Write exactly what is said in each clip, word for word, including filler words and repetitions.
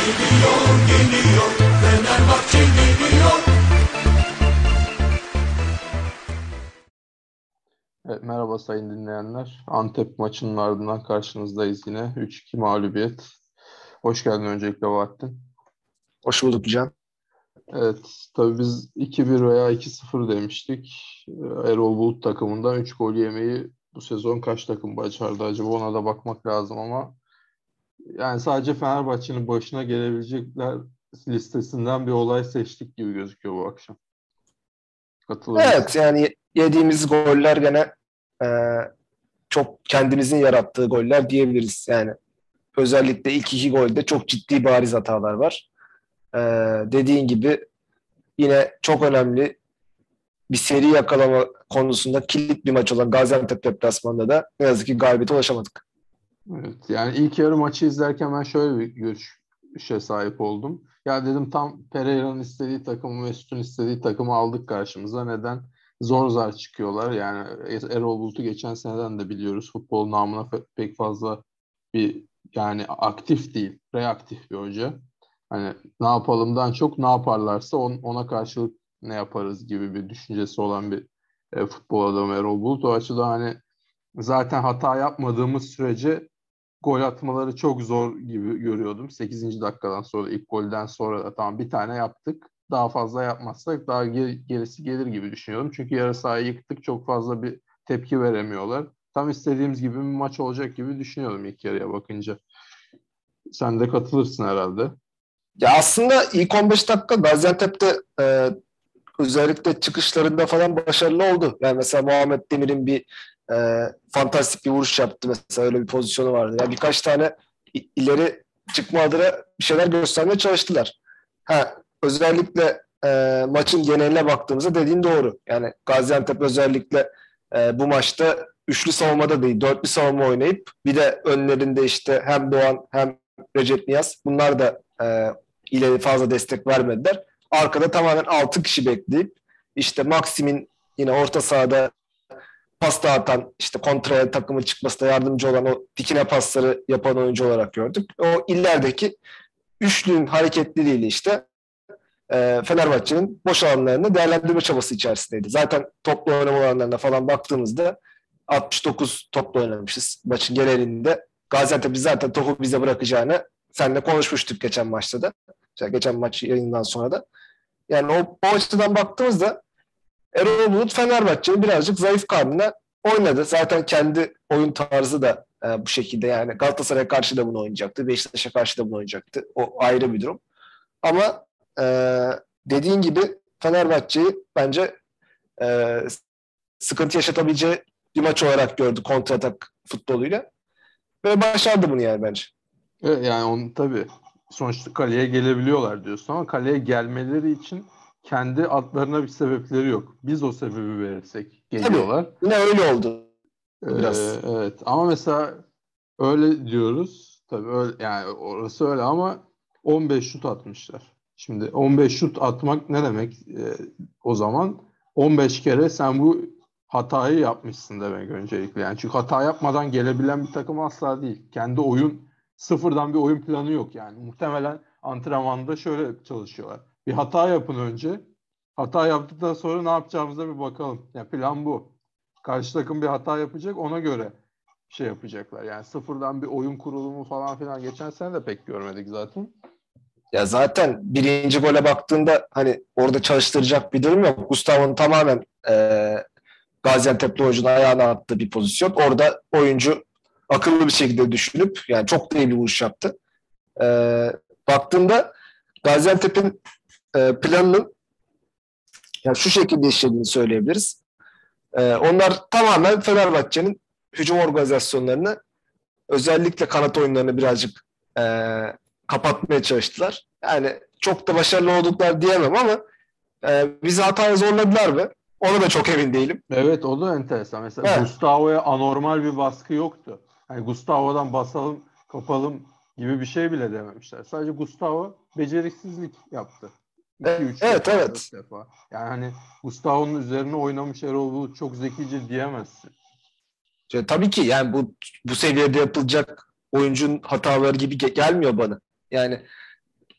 Geliyor, geliyor, Fenerbahçe geliyor. Evet, merhaba sayın dinleyenler. Antep maçının ardından karşınızdayız yine. üç iki mağlubiyet. Hoş geldin öncelikle Bahattin. Hoş bulduk Can. Evet, tabii biz iki bir veya iki sıfır demiştik. Erol Bulut takımından üç gol yemeyi bu sezon kaç takım başardı acaba, ona da bakmak lazım ama yani sadece Fenerbahçe'nin başına gelebilecekler listesinden bir olay seçtik gibi gözüküyor bu akşam. Katılır Evet, mısın? yani yediğimiz goller gene e, çok kendimizin yarattığı goller diyebiliriz. Yani özellikle ilk iki golde çok ciddi bariz hatalar var. E, dediğin gibi yine çok önemli bir seri yakalama konusunda kilit bir maç olan Gaziantep deplasmanında da ne yazık ki galibiyete ulaşamadık. Evet, yani ilk yarı maçı izlerken ben şöyle bir görüşe sahip oldum. Ya dedim, tam Pereira'nın istediği takımı, Mesut'un istediği takımı aldık karşımıza. Neden? Zor zar çıkıyorlar. Yani Erol Bulut'u geçen seneden de biliyoruz. Futbol namına fe- pek fazla bir, yani aktif değil, reaktif bir hoca. Hani ne yapalımdan çok ne yaparlarsa on- ona karşılık ne yaparız gibi bir düşüncesi olan bir e, futbol adamı Erol Bulut. O açıdan hani zaten hata yapmadığımız sürece gol atmaları çok zor gibi görüyordum. sekizinci dakikadan sonra, ilk golden sonra da tamam bir tane yaptık. Daha fazla yapmazsak daha ge- gerisi gelir gibi düşünüyordum. Çünkü yarı sahayı yıktık. Çok fazla bir tepki veremiyorlar. Tam istediğimiz gibi bir maç olacak gibi düşünüyordum ilk yarıya bakınca. Sen de katılırsın herhalde. Ya aslında ilk on beş dakika Gaziantep'te e, özellikle çıkışlarında falan başarılı oldu. Yani mesela Muhammed Demir'in bir e, fantastik bir vuruş yaptı. Mesela öyle bir pozisyonu vardı. Yani birkaç tane ileri çıkma adına bir şeyler göstermeye çalıştılar. Ha, özellikle e, maçın geneline baktığımızda dediğin doğru. Yani Gaziantep özellikle e, bu maçta üçlü savunmada değil, dörtlü savunma oynayıp bir de önlerinde işte hem Doğan hem Recep Niyaz, bunlar da e, ileri fazla destek vermediler. Arkada tamamen altı kişi bekleyip işte Maxim'in yine orta sahada pas dağıtan, işte kontraya takımı çıkmasına yardımcı olan, o dikine pasları yapan oyuncu olarak gördük. O ilerideki üçlünün hareketliliğiyle işte e, Fenerbahçe'nin boş alanlarını değerlendirme çabası içerisindeydi. Zaten toplu oynama oranlarına falan baktığımızda altmış dokuz toplu oynamışız maçın genelinde. Gaziantep zaten topu bize bırakacağını seninle konuşmuştuk geçen maçta da. Geçen maç yayından sonra da. Yani o, o açıdan baktığımızda Erol Bulut Fenerbahçe'nin birazcık zayıf karnına oynadı. Zaten kendi oyun tarzı da e, bu şekilde, yani Galatasaray'a karşı da bunu oynayacaktı. Beşiktaş'a karşı da bunu oynayacaktı. O ayrı bir durum. Ama e, dediğin gibi Fenerbahçe'yi bence e, sıkıntı yaşatabileceği bir maç olarak gördü kontratak futboluyla. Ve başardı bunu yani bence. Evet, yani onu tabii sonuçta kaleye gelebiliyorlar diyorsun ama kaleye gelmeleri için kendi adlarına bir sebepleri yok. Biz o sebebi verirsek Tabii geliyorlar. yine öyle oldu Ee, biraz. evet ama mesela öyle diyoruz. Tabii öyle, yani orası öyle ama on beş şut atmışlar. Şimdi on beş şut atmak ne demek? Ee, o zaman on beş kere sen bu hatayı yapmışsın demek öncelikle. Yani çünkü hata yapmadan gelebilen bir takım asla değil. Kendi oyun, sıfırdan bir oyun planı yok yani. Muhtemelen antrenmanda şöyle çalışıyorlar. Bir hata yapın önce. Hata yaptıktan sonra ne yapacağımıza bir bakalım. Yani plan bu. Karşı takım bir hata yapacak, ona göre şey yapacaklar. Yani sıfırdan bir oyun kurulumu falan filan geçen sene de pek görmedik zaten. Ya zaten birinci gole baktığında hani orada çalıştıracak bir durum yok. Gustavo'nun tamamen e, Gaziantep'li oyuncunun ayağına attığı bir pozisyon. Orada oyuncu akıllı bir şekilde düşünüp yani çok da iyi bir vuruş yaptı. E, baktığında Gaziantep'in e, planının yani şu şekilde işlediğini söyleyebiliriz. E, onlar tamamen Fenerbahçe'nin hücum organizasyonlarını, özellikle kanat oyunlarını birazcık e, kapatmaya çalıştılar. Yani çok da başarılı olduklar diyemem ama e, bizi hataya zorladılar mı? Ona da çok emin değilim. Evet, o da enteresan. Mesela He, Gustavo'ya anormal bir baskı yoktu. Hani Gustavo'dan basalım, kapalım gibi bir şey bile dememişler. Sadece Gustavo beceriksizlik yaptı. iki üç evet defa, evet. dört defa. Yani hani Gustavo'nun üzerine oynamış Erol Bulut çok zekice diyemezsin. İşte, tabii ki yani bu bu seviyede yapılacak oyuncunun hataları gibi ge- gelmiyor bana. Yani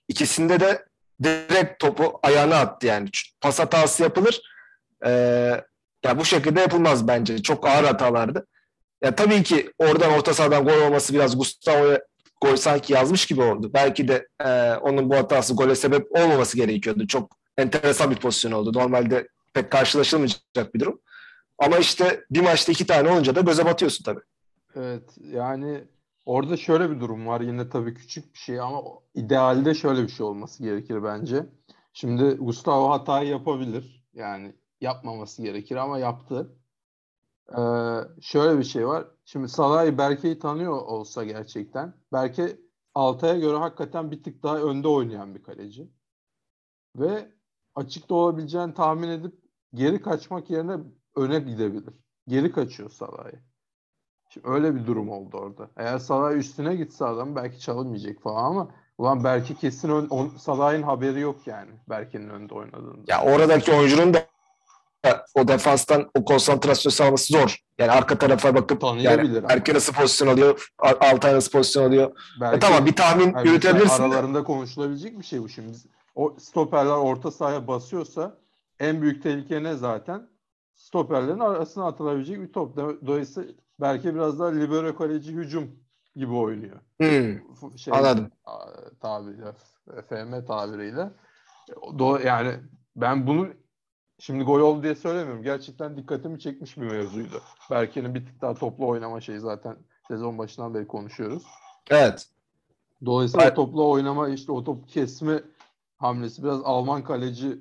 İkisinde de direkt topu ayağına attı yani. Pas hatası yapılır. Ee, ya bu şekilde yapılmaz bence. Çok ağır hatalardı. Ya tabii ki oradan orta sahadan gol olması biraz Gustavo'ya gol sanki yazmış gibi oldu. Belki de e, onun bu hatası gole sebep olmaması gerekiyordu. Çok enteresan bir pozisyon oldu. Normalde pek karşılaşılmayacak bir durum. Ama işte bir maçta iki tane olunca da göze batıyorsun tabii. Evet, yani orada şöyle bir durum var. Yine tabii küçük bir şey ama idealde şöyle bir şey olması gerekir bence. Şimdi Gustavo hatayı yapabilir. Yani yapmaması gerekir ama yaptı. Ee, şöyle bir şey var. Şimdi Salah'ı Berke'yi tanıyor olsa gerçekten. Berke Altay'a göre hakikaten bir tık daha önde oynayan bir kaleci. Ve açıkta olabileceğini tahmin edip geri kaçmak yerine öne gidebilir. Geri kaçıyor Salah'ı. Şimdi öyle bir durum oldu orada. Eğer Salah üstüne gitse adam belki çalınmayacak falan ama ulan Berke kesin ön, on, Salah'ın haberi yok yani Berke'nin önde oynadığında. Ya oradaki oyuncunun da o defanstan o konsantrasyon sağlaması zor. Yani arka tarafa bakıp yani Tanıyabilir ama. Erken nasıl pozisyon alıyor, Altay nasıl pozisyon alıyor. Belki, E tamam bir tahmin yani mesela yürütebilirsin de. aralarında konuşulabilecek bir şey bu şimdi. O stoperler orta sahaya basıyorsa en büyük tehlike ne zaten? Stoperlerin arasına atılabilecek bir top. Dolayısıyla belki biraz daha libero kaleci hücum gibi oynuyor. Hmm, Şeyle, anladım. tabiriyle, F M tabiriyle. Do yani ben bunu şimdi gol oldu diye söylemiyorum. Gerçekten dikkatimi çekmiş bir mevzuydu. Berke'nin bir tık daha toplu oynama şeyi zaten sezon başından beri konuşuyoruz. Evet. Dolayısıyla o topla oynama işte o top kesme hamlesi biraz Alman kaleciye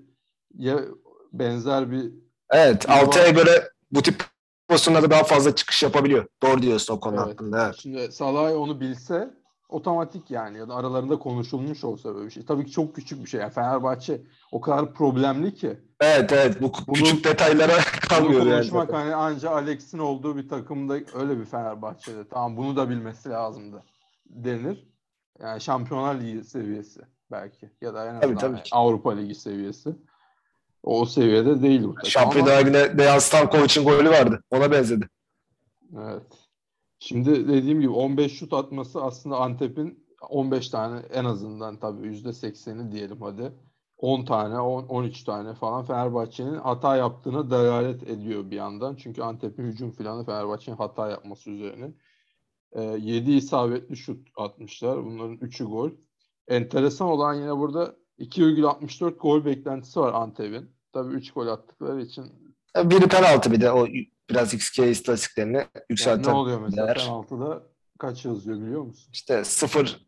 benzer bir Evet. huyu Altay'a var. göre bu tip pozisyonlarda daha fazla çıkış yapabiliyor. Doğru diyorsun o konu Evet. hakkında. Evet. Şimdi Salah onu bilse otomatik yani ya da aralarında konuşulmuş olsa böyle bir şey. Tabii ki çok küçük bir şey. Yani Fenerbahçe o kadar problemli ki. Evet evet. Bu Bunu küçük detaylara bunu kalmıyor yani konuşmak zaten. hani anca Alex'in olduğu bir takımda öyle bir Fenerbahçe'de. Tamam bunu da bilmesi lazımdı denir. Yani Şampiyonlar Ligi seviyesi belki ya da en Tabii azından tabii ki. Avrupa Ligi seviyesi. O seviyede değil bu takım ama Şampiyonlar Ligi'nde Dejan Stankovic'in golü vardı. Ona benzedi. evet. Şimdi dediğim gibi on beş şut atması aslında Antep'in on beş tane en azından tabii yüzde sekseni diyelim hadi. on tane, on, on üç tane falan Fenerbahçe'nin hata yaptığını delalet ediyor bir yandan. Çünkü Antep'in hücum planı Fenerbahçe'nin hata yapması üzerine. E, yedi isabetli şut atmışlar. Bunların üçü gol. Enteresan olan yine burada iki virgül altmış dört gol beklentisi var Antep'in. Tabii üç gol attıkları için Biri penaltı bir de o biraz X G istatistiklerini yani ne yükselten oluyor mesela değer. penaltıda kaç yazıyor biliyor musun? İşte sıfır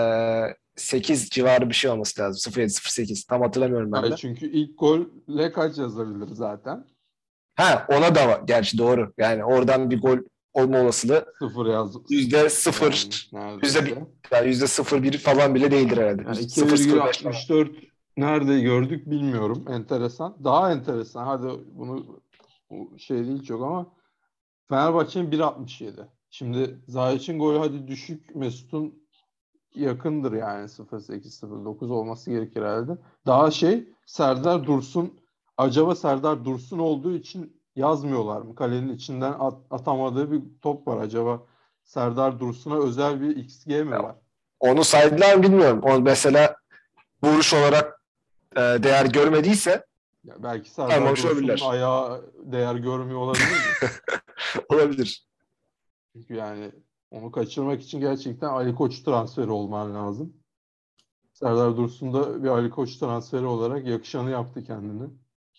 sekiz civarı bir şey olması lazım. sıfır yedi sıfır sekiz tam hatırlamıyorum ben Hayır de. çünkü ilk golle kaç yazabilir zaten? Ha ona da var. Gerçi doğru. Yani oradan bir gol olma olasılığı Sıfır yaz yüzde sıfır, yani yüzde bir, neredeyse. yani yüzde sıfır bir falan bile değildir herhalde. Yani sıfır sıfır beş falan. iki virgül altmış dört nerede gördük bilmiyorum. Enteresan. Daha enteresan. Hadi bunu bu şey değil çok ama Fenerbahçe'nin bir virgül altmış yedi. Şimdi Zayic'in golü hadi düşük, Mesut'un yakındır yani sıfır virgül sekiz sıfır virgül dokuz olması gerekir herhalde. Daha şey Serdar Dursun acaba Serdar Dursun olduğu için yazmıyorlar mı? Kalenin içinden at, atamadığı bir top var acaba Serdar Dursun'a özel bir X G mi var? Onu saydılar mı bilmiyorum. O mesela vuruş olarak e, değer görmediyse Ya belki Serdar almamış Dursun'un olabilirler. ayağı değer görmüyor olabilir mi? Olabilir. Çünkü yani onu kaçırmak için gerçekten Ali Koç transferi olman lazım. Serdar Dursun da bir Ali Koç transferi olarak yakışanı yaptı kendini.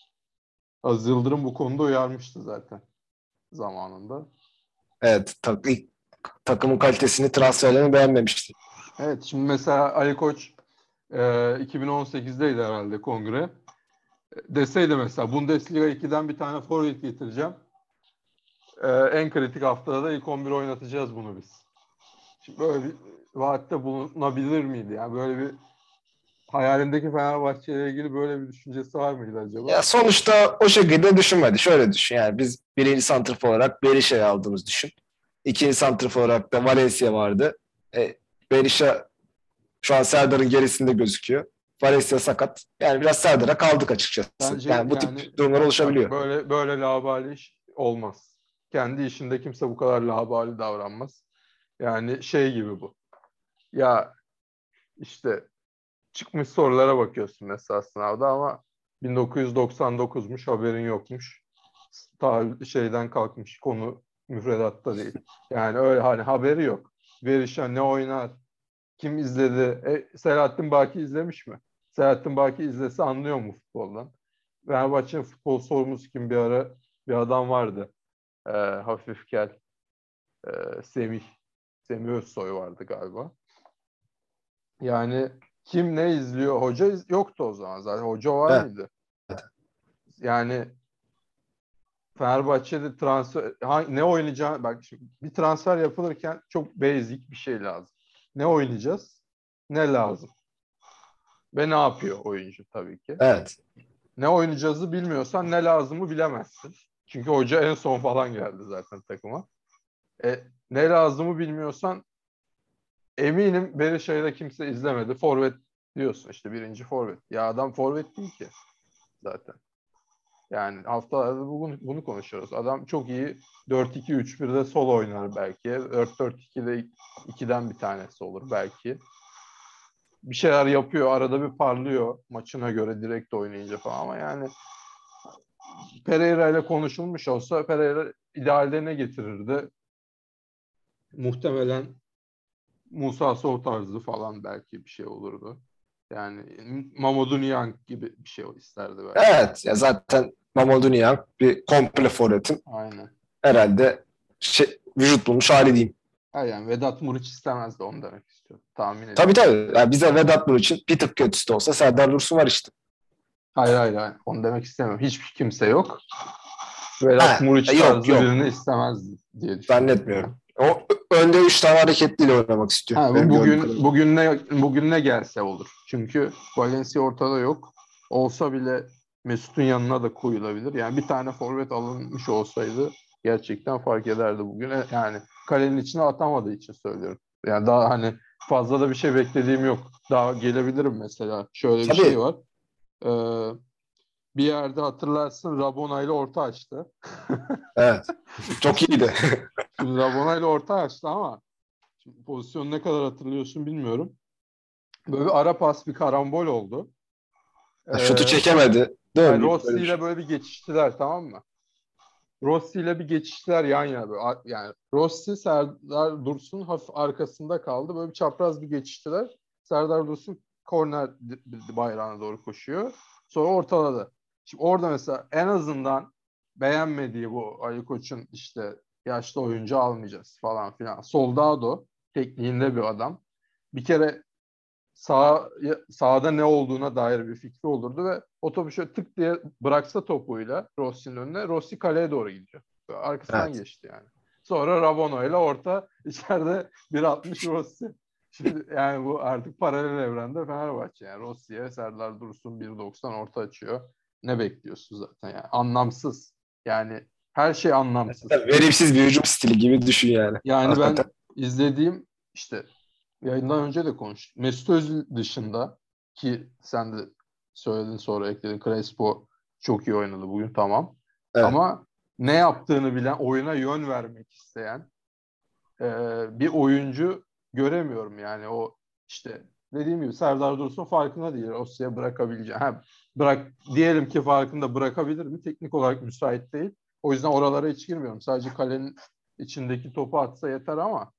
Aziz Yıldırım bu konuda uyarmıştı zaten zamanında. Evet. Tak, ilk takımın kalitesini transferlerini beğenmemişti. Evet şimdi mesela Ali Koç e, iki bin on sekizdeydi herhalde kongre. Deseydi mesela Bundesliga ikiden bir tane forvet getireceğim. E, en kritik haftada da ilk on bir oynatacağız bunu biz. Şimdi böyle bir vaatte bulunabilir miydi? Yani böyle bir hayalindeki Fenerbahçe ile ilgili böyle bir düşüncesi var mıydı Ya acaba? sonuçta o şekilde düşünmedi. Şöyle düşün. Yani biz birinci santrfor olarak Berisha'yı aldığımız düşün. İkinci santrfor olarak da Valencia vardı. E, Berisha şu an Serdar'ın gerisinde gözüküyor. Valencia sakat. Yani biraz Serdar'a kaldık açıkçası. Bence Yani bu tip yani durumlar bak oluşabiliyor. böyle böyle laubali iş olmaz. Kendi işinde kimse bu kadar laubali davranmaz. Yani şey gibi bu. Ya işte çıkmış sorulara bakıyorsun mesela sınavda ama bin dokuz yüz doksan dokuzmuş, haberin yokmuş. Ta şeyden kalkmış, konu müfredatta değil. Yani öyle hani haberi yok. Verişan ne oynar, kim izledi? E, Selahattin Baki izlemiş mi? Selahattin Baki izlese anlıyor mu futboldan? Fenerbahçe'nin futbol sorumlusu kim, bir ara bir adam vardı. E, hafif kel. E, Semih. Semih Özsoy vardı galiba. Yani kim ne izliyor? Hoca iz- yoktu o zaman zaten. Hoca var Evet. mıydı? Yani Fenerbahçe'de transfer ha- ne oynayacağını, bak şimdi bir transfer yapılırken çok basic bir şey lazım. Ne oynayacağız? Ne lazım? Ve ne yapıyor oyuncu tabii ki. Evet. Ne oynayacağızı bilmiyorsan ne lazımı bilemezsin. Çünkü hoca en son falan geldi zaten takıma. E, ne lazımı bilmiyorsan eminim Berisha'yı kimse izlemedi. Forvet diyorsun işte, birinci forvet. Ya adam forvet değil ki zaten. Yani haftalarda bugün bunu konuşuyoruz. Adam çok iyi dört iki üç birde sol oynar belki. dört dört ikide ikiden bir tanesi olur belki. Bir şeyler yapıyor. Arada bir parlıyor maçına göre direkt oynayınca falan ama yani Pereira ile konuşulmuş olsa Pereira idealde ne getirirdi? Muhtemelen Musa Sow tarzı falan belki bir şey olurdu. Yani Mamadou Niang gibi bir şey isterdi belki. Evet. Ya zaten Mamadou Niang bir komple forvetin Aynen. herhalde şey, vücut bulmuş hali diyeyim. Ha yani Vedat Muriç istemezdi, onu demek istiyorum. Tahmin Tabii ediyorum. tabii. Yani bize Vedat Muriç'in bir tık kötüsü de olsa Serdar Dursun var işte. Hayır hayır hayır. Onu demek istemiyorum. Hiçbir kimse yok. Vedat Ha, Muriç yok tarzı yok. birini istemezdi diye düşünüyorum yani. Zannetmiyorum. O önde üç tane hareketliyle oynamak istiyor. Ha, bu Benim gördüğüm bugün kadarıyla. bugün ne bugün ne gelse olur. Çünkü Valencia ortada yok. Olsa bile Mesut'un yanına da koyulabilir. Yani bir tane forvet alınmış olsaydı gerçekten fark ederdi bugün. E, Yani kalenin içine atamadığı için söylüyorum. Yani daha hani fazla da bir şey beklediğim yok. Daha gelebilirim mesela. Şöyle bir şey Tabii. var. Ee, bir yerde hatırlarsın Rabona ile orta açtı. Evet. Çok iyiydi. Şimdi Rabona ile orta açtı ama şimdi pozisyonu ne kadar hatırlıyorsun bilmiyorum. Böyle bir ara pas, bir karambol oldu. Şutu Ee, çekemedi. Değil yani mi? Rossi Böyle bir ile şey. böyle bir geçiştiler, tamam mı? Rossi ile bir geçiştiler yan yana böyle. A- Yani Rossi Serdar Dursun hafif arkasında kaldı. Böyle bir çapraz bir geçiştiler. Serdar Dursun korner di- bayrağına doğru koşuyor. Sonra ortaladı. Şimdi orada mesela en azından beğenmediği bu Ali Koç'un işte yaşlı oyuncu almayacağız falan filan. Soldado tekniğinde bir adam. Bir kere sağ, sağda ne olduğuna dair bir fikri olurdu ve o topu şöyle tık diye bıraksa topuyla Rossi'nin önüne, Rossi kaleye doğru gidiyor. Böyle arkasından Evet. geçti yani. Sonra Rabona ile orta, içeride bir altmış Rossi. Şimdi yani bu artık paralel evrende Fenerbahçe. Yani Rossi'ye Serdar Dursun bir doksan orta açıyor. Ne bekliyorsun zaten yani? Anlamsız. Yani her şey anlamsız. Tabii, verimsiz bir hücum stili gibi düşün yani. Yani Hakikaten. ben izlediğim işte yayından önce de konuştuk. Mesut Özil dışında, ki sen de söyledin sonra ekledin, Crespo çok iyi oynadı bugün, tamam. Evet. Ama ne yaptığını bilen, oyuna yön vermek isteyen e, bir oyuncu göremiyorum yani. O işte dediğim gibi Serdar Dursun farkında değil. Rossi'ye bırakabileceğim. Ha, bırak, diyelim ki farkında, bırakabilir mi? Teknik olarak müsait değil. O yüzden oralara hiç girmiyorum. Sadece kalenin içindeki topu atsa yeter ama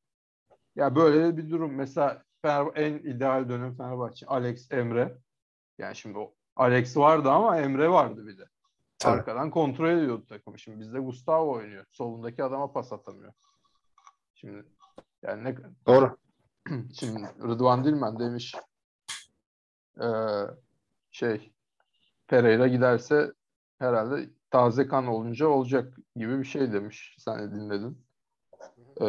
ya böyle bir durum. Mesela Fener, en ideal dönem Fenerbahçe. Alex, Emre. Yani şimdi o Alex vardı ama Emre vardı bir de. Tabii. Arkadan kontrol ediyordu takımı. Şimdi bizde Gustavo oynuyor. Solundaki adama pas atamıyor. Şimdi yani ne Doğru. şimdi Rıdvan Dilmen demiş e, şey Pereira giderse herhalde taze kan olunca olacak gibi bir şey demiş. Sen de dinledin. E,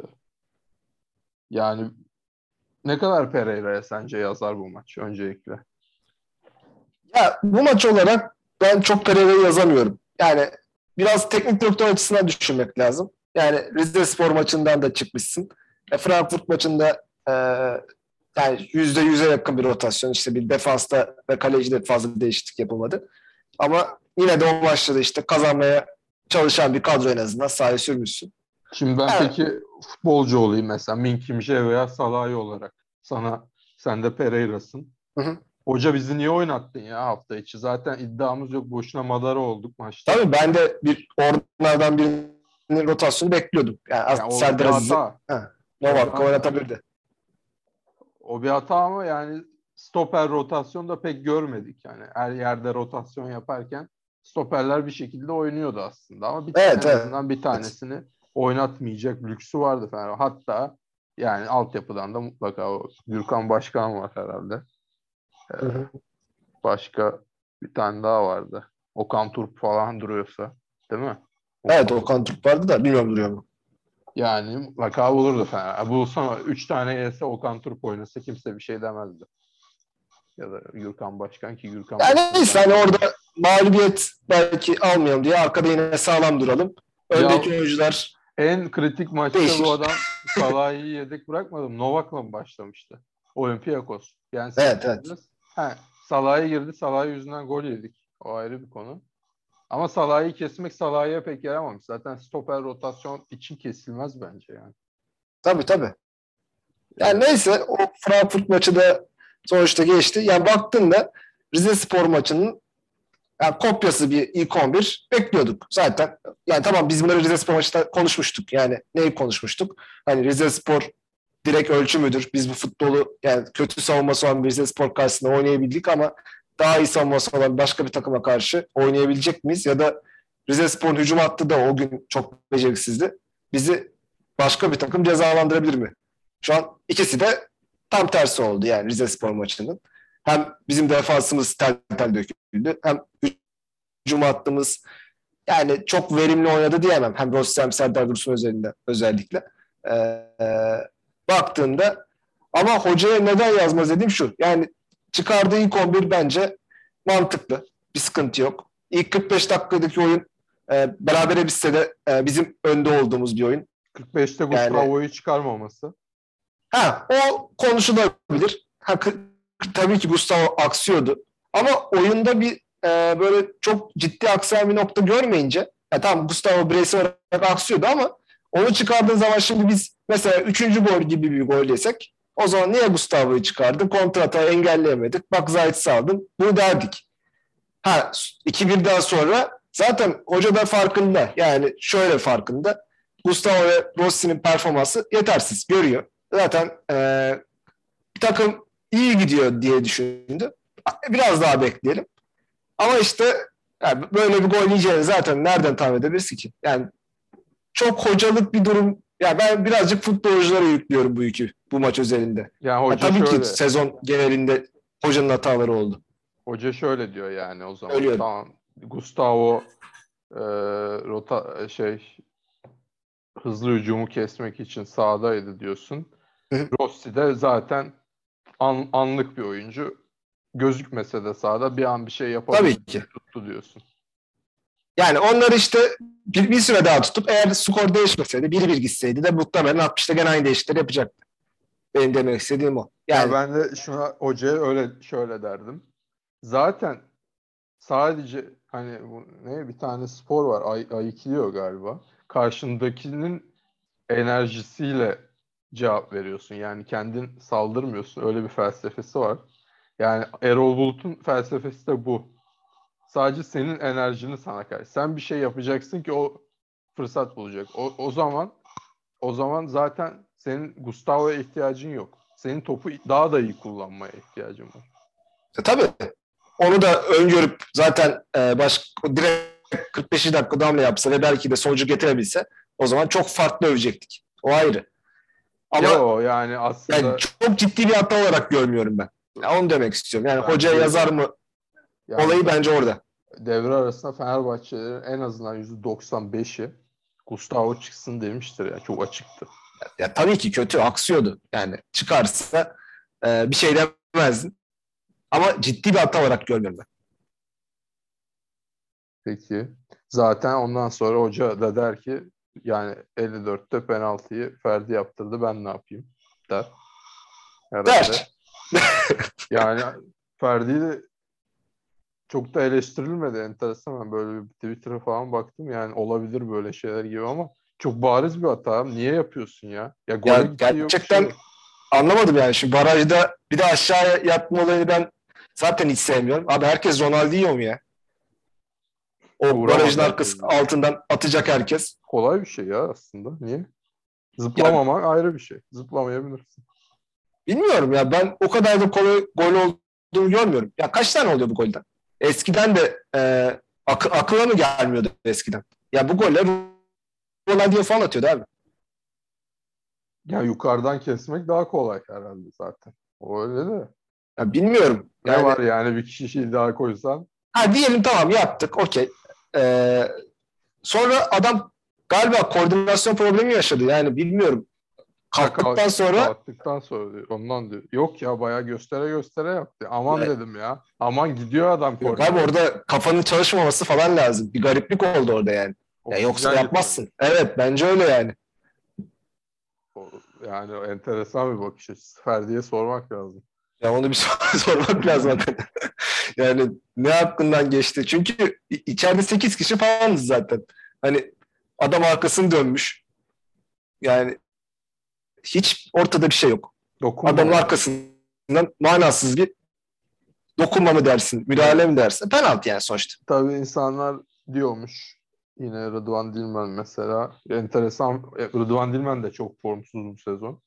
yani ne kadar Pereira'ya sence yazar bu maç öncelikle? Ya bu maç olarak ben çok Pereira'yı yazamıyorum. Yani biraz teknik direktör açısından düşünmek lazım. Yani Rizespor maçından da çıkmışsın. E, Frankfurt maçında e, yani yüzde yüze yakın bir rotasyon. İşte bir defansta ve kalecide fazla değişiklik yapılmadı. Ama yine de o maçta da işte kazanmaya çalışan bir kadro en azından sahaya sürmüşsün. Şimdi ben Yani, peki futbolcu olayım mesela. Min Kim Jae veya Salahi olarak. Sana, sen de Pereira'sın. Hı hı. Hoca bizi niye oynattın ya hafta içi? Zaten iddiamız yok. Boşuna madara olduk maçta. Tabii ben de bir onlardan birinin rotasyonu bekliyordum. Yani Ya o bir Serdar Aziz'i hata. O bir Novak'la hata. oynatabilirdi. O bir hata ama yani stoper rotasyonu da pek görmedik yani. Her yerde rotasyon yaparken stoperler bir şekilde oynuyordu aslında ama bir, en Evet, evet. azından bir tanesini oynatmayacak lüksü vardı Fener. Hatta yani altyapıdan da mutlaka o Gürkan Başkan var herhalde. Ee, Hı hı. Başka bir tane daha vardı. Okan Turp falan duruyorsa, değil mi? Evet, Okan. Okan Türk vardı da bilmiyorum duruyor mu? Yani mutlaka bulurdu Fener. Bulsana üç tane yese Okan Turp oynasa kimse bir şey demezdi. Ya da Gürkan Başkan ki Gürkan Yani Başkan'ı neyse ben hani tanımam. orada mağlubiyet belki almayalım diye arkada yine sağlam duralım. Ya Öndeki oyuncular en kritik maçta bu değişir. adam Salah'ı yedek bırakmadı. Novak'la mı başlamıştı? Olympiakos. Yani Evet, evet. seçeceğiz. He, Salah'a girdi. Salah yüzünden gol yedik. O ayrı bir konu. Ama Salah'ı kesmek Salah'a pek yaramamış. Zaten stoper rotasyon için kesilmez bence yani. Tabii, tabii. Yani Ee, neyse o Frankfurt maçı da sonuçta geçti. Yani baktığında Rizespor maçının yani kopyası bir ilk on bir bekliyorduk zaten. Yani tamam biz bunları Rizespor maçında konuşmuştuk. Yani neyi konuşmuştuk? Hani Rizespor direkt ölçü müdür? Biz bu futbolu yani kötü savunması olan bir Rizespor karşısında oynayabildik ama daha iyi savunması olan başka bir takıma karşı oynayabilecek miyiz? Ya da Rizespor'un hücum hattı da o gün çok beceriksizdi. Bizi başka bir takım cezalandırabilir mi? Şu an ikisi de tam tersi oldu yani Rizespor maçının. Hem bizim defansımız tel tel döküldü hem hücum hattımız yani çok verimli oynadı diyemem. Hem Rossi hem Serdar Dursun özelinde, özellikle. Ee, baktığımda ama hocaya neden yazmaz dediğim şu. Yani çıkardığı ilk on bir bence mantıklı. Bir sıkıntı yok. İlk kırk beş dakikadaki oyun e, berabere bitse de e, bizim önde olduğumuz bir oyun. kırk beşte Yani Gustavo'yu çıkarmaması. ha o konuşulabilir. Ha, tabii ki Gustavo aksıyordu. Ama oyunda bir e, böyle çok ciddi aksayan bir nokta görmeyince ya tamam Gustavo bireysel olarak aksıyordu ama onu çıkardığın zaman şimdi biz mesela üçüncü gol gibi bir gol yesek o zaman niye Gustavo'yu çıkardın? Kontratayı engelleyemedik. Bak Zayt'i saldın. Bunu derdik. Ha iki birden sonra zaten hoca da farkında. Yani şöyle farkında. Gustavo ve Rossi'nin performansı yetersiz. Görüyor. Zaten e, takım iyi gidiyor diye düşündü. Biraz daha bekleyelim. Ama işte yani böyle bir gol yiyeceğini zaten nereden tahmin edebilirsin ki? Yani çok hocalık bir durum. Ya ben birazcık futbolculara yüklüyorum bu yükü bu maç özelinde. Yani Ya hoca tabii ki şöyle sezon genelinde hocanın hataları oldu. hoca şöyle diyor yani o zaman. Ölüyorum. Tamam. Gustavo e, rota şey hızlı hücumu kesmek için sahadaydı diyorsun. Rossi de zaten an, anlık bir oyuncu. Gözükmese de sahada bir an bir şey yapabilir Tabii ki. tuttu diyorsun. Yani onları işte bir, bir süre daha tutup eğer skor değişmeseydi bir bir gitseydi de muhtemelen altmışta gene aynı değişiklikleri yapacaktı. Benim demek istediğim o. Ya Yani ben de şuna hocaya öyle şöyle derdim. Zaten sadece hani bu ne bir tane spor var. Ay, Aikido galiba. Karşındakinin enerjisiyle cevap veriyorsun. Yani kendin saldırmıyorsun. Öyle bir felsefesi var. Yani Erol Bulut'un felsefesi de bu. Sadece senin enerjini sana karşı. Sen bir şey yapacaksın ki o fırsat bulacak. O, o zaman o zaman zaten senin Gustavo'ya ihtiyacın yok. Senin topu daha da iyi kullanmaya ihtiyacın var. e, tabii onu da öngörüp zaten e, baş, direkt kırk beşinci dakikada hamle yapsa ve belki de sonucu getirebilse o zaman çok farklı övecektik. O ayrı. Ama Yo yani yani aslında çok ciddi bir hata olarak görmüyorum ben. Ya onu demek istiyorum. Yani hocaya bence yazar mı yani olayı bence orada. devre arasında Fenerbahçelerin en azından yüzde doksan beşi Gustavo çıksın demiştir ya. Çok açıktı. Ya tabii ki kötü aksıyordu. Yani çıkarsa e, bir şey demezdin. Ama ciddi bir hata olarak görmüyorum ben. Peki. Zaten ondan sonra hoca da der ki yani elli dörtte penaltıyı Ferdi yaptırdı ben ne yapayım der herhalde. Der. Yani Ferdi de çok da eleştirilmedi enteresan. Ben böyle bir Twitter'a falan baktım yani olabilir böyle şeyler gibi ama çok bariz bir hata. Niye yapıyorsun ya? Ya Ya gole gitti yok bir şey gerçekten yok. anlamadım yani. Şu barajda bir de aşağıya yatma olayını ben zaten hiç sevmiyorum. Abi herkes Ronaldinho mu ya? O Uğramadı barajın herkes. arkası altından atacak herkes. Kolay bir şey ya aslında. Niye? Yani Zıplamamak ayrı bir şey. Zıplamayabilirsin. bilmiyorum ya, ben o kadar da kolay gol olduğunu görmüyorum. Ya kaç tane oluyor bu golden? Eskiden de e, akı, akıla mı gelmiyordu eskiden? Ya bu goller Ronaldinho falan atıyordu abi. Ya yukarıdan kesmek daha kolay herhalde zaten. O öyle de. Ya bilmiyorum. Ne Yani var yani bir kişiyi daha koysan? ha diyelim tamam yaptık okey. Ee, sonra adam galiba koordinasyon problemi yaşadı. Yani bilmiyorum. Ha, Kalktıktan kalk- sonra kalktıktan sonra diyor. Ondan diyor. Yok ya bayağı göstere göstere yaptı. Aman ya, dedim ya. Aman gidiyor adam yok abi, koordinasyon. orada kafanın çalışmaması falan lazım. Bir gariplik oldu orada yani. Ya yoksa Oksijen gitmedi. yapmazsın. Evet bence öyle yani. O- Yani enteresan bir bakış açısı. Ferdi'ye sormak lazım. Ya onu bir sor- sormak lazım hakikaten. Yani ne hakkından geçti? Çünkü i- içeride sekiz kişi falanız zaten. Hani adam arkasını dönmüş. Yani hiç ortada bir şey yok. Adamın Dokunmamak. arkasından manasız bir dokunma mı dersin, müdahale Evet. mi dersin? Penaltı yani sonuçta. Tabii insanlar diyormuş. Yine Rıdvan Dilmen mesela. Enteresan. e, Rıdvan Dilmen de çok formsuz bu sezon.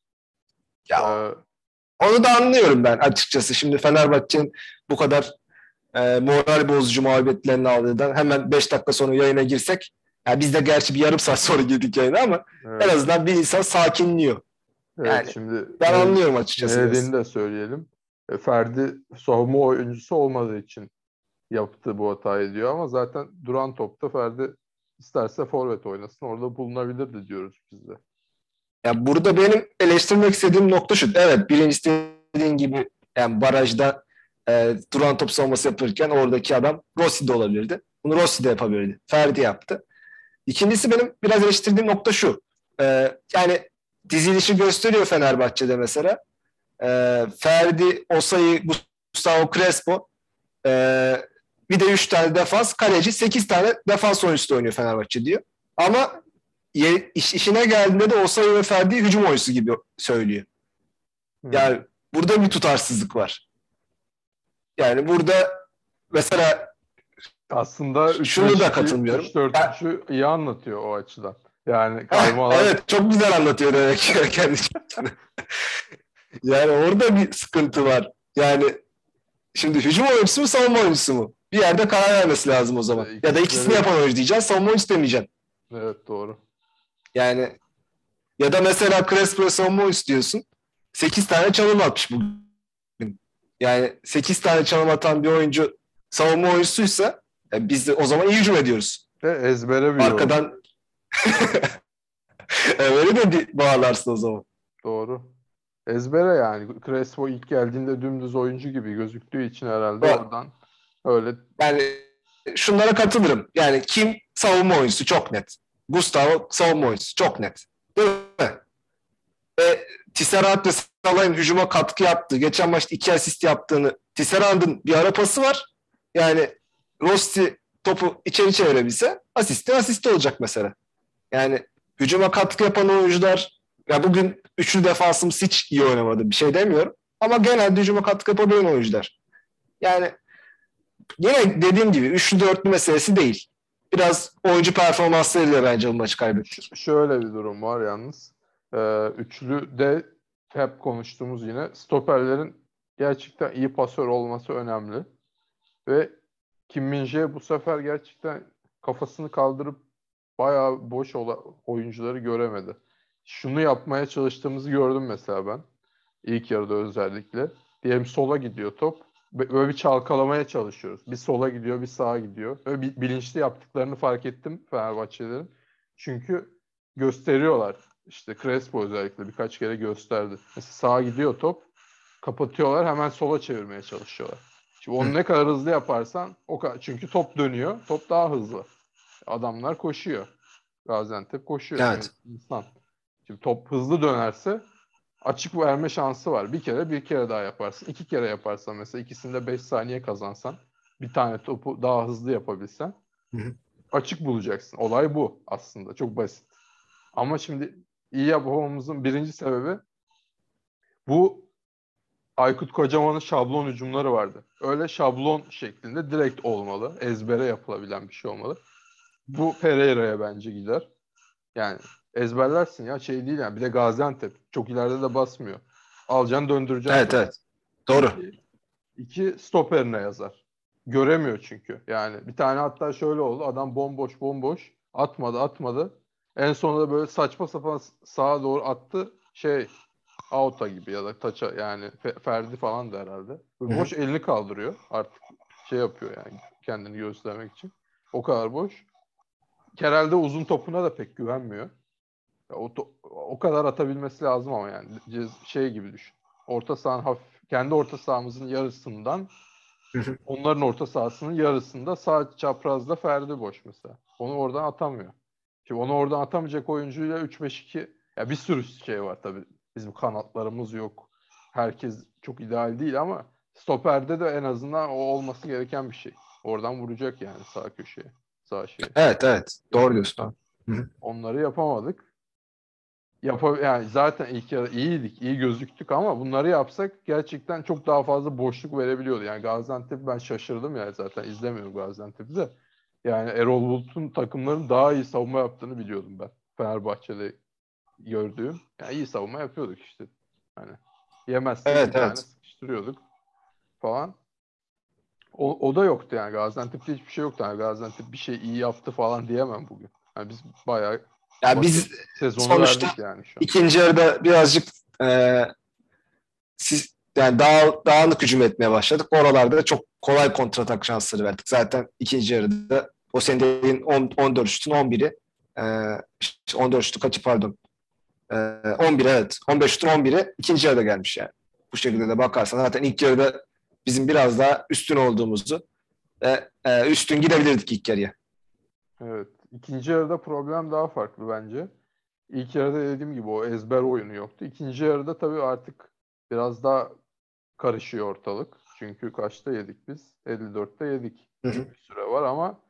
Ya Ee, onu da anlıyorum ben açıkçası. Şimdi Fenerbahçe'nin bu kadar e, moral bozucu mağlubiyetlerini aldığından hemen beş dakika sonra yayına girsek, ya biz de gerçi bir yarım saat sonra girdik yayına ama en evet. azından bir insan sakinliyor. Evet, Yani şimdi ben ne, anlıyorum ne açıkçası dediğini biraz. de söyleyelim. E, Ferdi savunma oyuncusu olmadığı için yaptı bu hatayı diyor ama zaten duran topta Ferdi isterse forvet oynasın orada bulunabilirdi diyoruz biz de. Ya burada benim eleştirmek istediğim nokta şu. Evet, birincisi dediğin gibi yani barajda e, duran top savunması yapırken oradaki adam Rossi de olabilirdi. Bunu Rossi de yapabilirdi. Ferdi yaptı. İkincisi benim biraz eleştirdiğim nokta şu. Ee, yani dizilişi gösteriyor Fenerbahçe'de mesela. Ee, Ferdi, Osayi, Gustavo Crespo, ee, bir de üç tane defans, kaleci, sekiz tane defans oyuncusu da oynuyor Fenerbahçe diyor. Ama ye, iş, işine geldiğinde de Osayi ve Ferdi hücum oyuncusu gibi söylüyor. Hmm. Yani burada bir tutarsızlık var. Yani burada mesela Aslında şunu da üç beş iki, katılmıyorum. Ya, üç dört üçü iyi anlatıyor o açıdan. Yani heh, kaymalar evet çok güzel anlatıyor demek ki kendi çapını. Yani orada bir sıkıntı var. Yani şimdi hücum oyuncusu mu savunma oyuncusu mu? Bir yerde karar vermesi lazım o zaman. e, Ya da ikisi ikisini de yapan oyuncu diyeceksin, savunma oyuncusu demeyeceksin. evet doğru. Yani ya da mesela Crespo'ya savunma oyuncusu diyorsun. sekiz tane çalım atmış bugün. Yani sekiz tane çalım atan bir oyuncu savunma oyuncusuysa e, biz de o zaman iyi hücum ediyoruz. Ve ezbere bir yorum. Arkadan e, öyle de bir bağlarsın o zaman. Doğru. Ezbere yani. Crespo ilk geldiğinde dümdüz oyuncu gibi gözüktüğü için herhalde oradan öyle. Yani şunlara katılırım. Yani kim savunma oyuncusu çok net. Gustavo savunma oyuncusu çok net. Değil mi? Ve Tisserand ve Salah'ın hücuma katkı yaptığı, geçen maçta iki asist yaptığını, Tisserand'ın bir ara pası var. Yani Rossi topu içeri çevirebilse asisti asisti olacak mesela. Yani hücuma katkı yapan oyuncular, ya bugün üçlü defansımız hiç iyi oynamadı, bir şey demiyorum. Ama genelde hücuma katkı yapabilen oyuncular. Yani yine dediğim gibi üçlü dörtlü meselesi değil. Biraz oyuncu performanslarıyla bence bu maçı kaybettik. Ş- şöyle bir durum var yalnız. Ee, üçlü de hep konuştuğumuz yine stoperlerin gerçekten iyi pasör olması önemli. Ve Kim Min-jae bu sefer gerçekten kafasını kaldırıp bayağı boş ola- oyuncuları göremedi. Şunu yapmaya çalıştığımızı gördüm mesela ben. İlk yarıda özellikle. Diyelim sola gidiyor top. Ve Böyle bir çalkalamaya çalışıyoruz. Bir sola gidiyor, bir sağa gidiyor. Böyle bi- bilinçli yaptıklarını fark ettim Fenerbahçelerin. Çünkü gösteriyorlar. İşte Crespo özellikle birkaç kere gösterdi. Mesela sağa gidiyor top. Kapatıyorlar, hemen sola çevirmeye çalışıyorlar. Şimdi onu ne kadar hızlı yaparsan o kadar. Çünkü top dönüyor. Top daha hızlı. Adamlar koşuyor. Gaziantep koşuyor. Şimdi Evet. insan. Şimdi top hızlı dönerse açık verme şansı var. Bir kere bir kere daha yaparsın. İki kere yaparsan mesela ikisinde beş saniye kazansan bir tane topu daha hızlı yapabilsen Hı hı. açık bulacaksın. Olay bu aslında. Çok basit. Ama şimdi iyi yapamamızın birinci sebebi Bu Aykut Kocaman'ın şablon hücumları vardı. Öyle şablon şeklinde direkt olmalı. Ezbere yapılabilen bir şey olmalı. Bu Pereira'ya bence gider. Yani ezberlersin ya şey değil yani. Bir de Gaziantep. Çok ileride de basmıyor. Alacaksın döndüreceksin Evet topu. evet. Doğru. İki, iki stoperine yazar. Göremiyor çünkü. Yani bir tane hatta şöyle oldu. Adam bomboş bomboş. Atmadı atmadı. En sonunda böyle saçma sapan sağa doğru attı. Şey out'a gibi ya da taça yani Fe- Ferdi falan da herhalde. Böyle Hı hı. boş elini kaldırıyor. Artık şey yapıyor yani kendini göstermek için. O kadar boş. Kerel de uzun topuna da pek güvenmiyor. Ya o, to- o kadar atabilmesi lazım ama yani Cez- şey gibi düşün. Orta sahanın hafif kendi orta sahamızın yarısından Hı hı. onların orta sahasının yarısında sağ çaprazda Ferdi boş mesela. Onu oradan atamıyor. Şimdi onu oradan atamayacak oyuncuyla üç beş iki ya bir sürü şey var tabii. Bizim kanatlarımız yok. Herkes çok ideal değil ama stoperde de en azından o olması gereken bir şey. Oradan vuracak yani sağ köşeye, sağ şeye. Evet evet. Doğru diyorsun. Hı hı. Onları yapamadık. Yapa yani zaten ilk yarı iyiydik, iyi gözüktük ama bunları yapsak gerçekten çok daha fazla boşluk verebiliyordu. Yani Gaziantep ben şaşırdım ya zaten izlemiyorum Gaziantep'i de. Yani Erol Bulut'un takımların daha iyi savunma yaptığını biliyordum ben. Fenerbahçe'de gördüğüm. Yani iyi savunma yapıyorduk işte. Hani yemezsek bir Evet tane evet. sıkıştırıyorduk falan. O, o da yoktu yani Gaziantep'te hiçbir şey yoktu. Yani Gaziantep bir şey iyi yaptı falan diyemem bugün. Yani biz bayağı Ya başarılı biz sezonu sonuçta verdik yani şu an. ikinci yarıda birazcık e, siz yani daha dağınık hücum etmeye başladık. Oralarda çok kolay kontratak şansları verdik. Zaten ikinci yarıda o senin dediğin on, on dört şutun on biri e, işte on dört şutu kaçı pardon e, on bir evet on beş şutun on biri ikinci yarıda gelmiş yani. Bu şekilde de bakarsan zaten ilk yarıda bizim biraz daha üstün olduğumuzu ve e, üstün gidebilirdik ilk yarıya. Evet. İkinci yarıda problem daha farklı bence. İlk yarıda dediğim gibi o ezber oyunu yoktu. İkinci yarıda tabii artık biraz daha karışıyor ortalık. Çünkü kaçta yedik biz? elli dörtte yedik. Hı hı. İyi bir süre var ama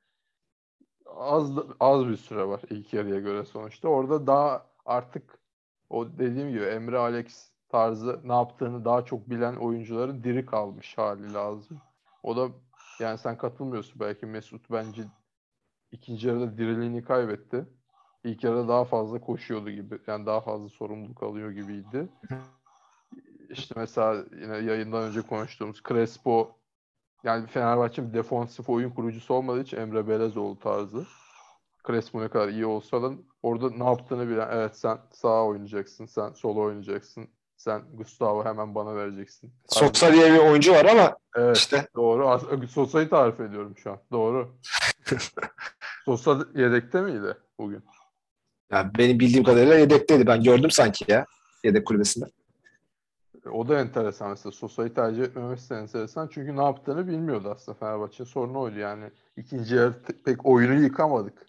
az da- az bir süre var ilk yarıya göre sonuçta. Orada daha artık o dediğim gibi Emre Alex tarzı ne yaptığını daha çok bilen oyuncuların diri kalmış hali lazım. O da yani sen katılmıyorsun belki Mesut bence İkinci yarıda diriliğini kaybetti. İlk yarıda daha fazla koşuyordu gibi. Yani daha fazla sorumluluk alıyor gibiydi. İşte mesela yine yayından önce konuştuğumuz Crespo yani Fenerbahçe'nin defansif oyun kurucusu olmadığı için Emre Belezoğlu tarzı. Crespo ne kadar iyi olsa da orada ne yaptığını bilen evet sen sağa oynayacaksın, sen sola oynayacaksın, sen Gustavo hemen bana vereceksin tarzı. Sosa diye bir oyuncu var ama Evet işte doğru. As- Sosa'yı tarif ediyorum şu an. Doğru. Sosa yedekte miydi bugün? yani benim bildiğim kadarıyla yedekteydi. Ben gördüm sanki ya yedek kulübesinde. O da enteresan mesela. Sosa'yı tercih etmemesi de enteresan. Çünkü ne yaptığını bilmiyordu aslında Fenerbahçe. Sorunu oydu yani. İkinci yarı te- pek oyunu yıkamadık.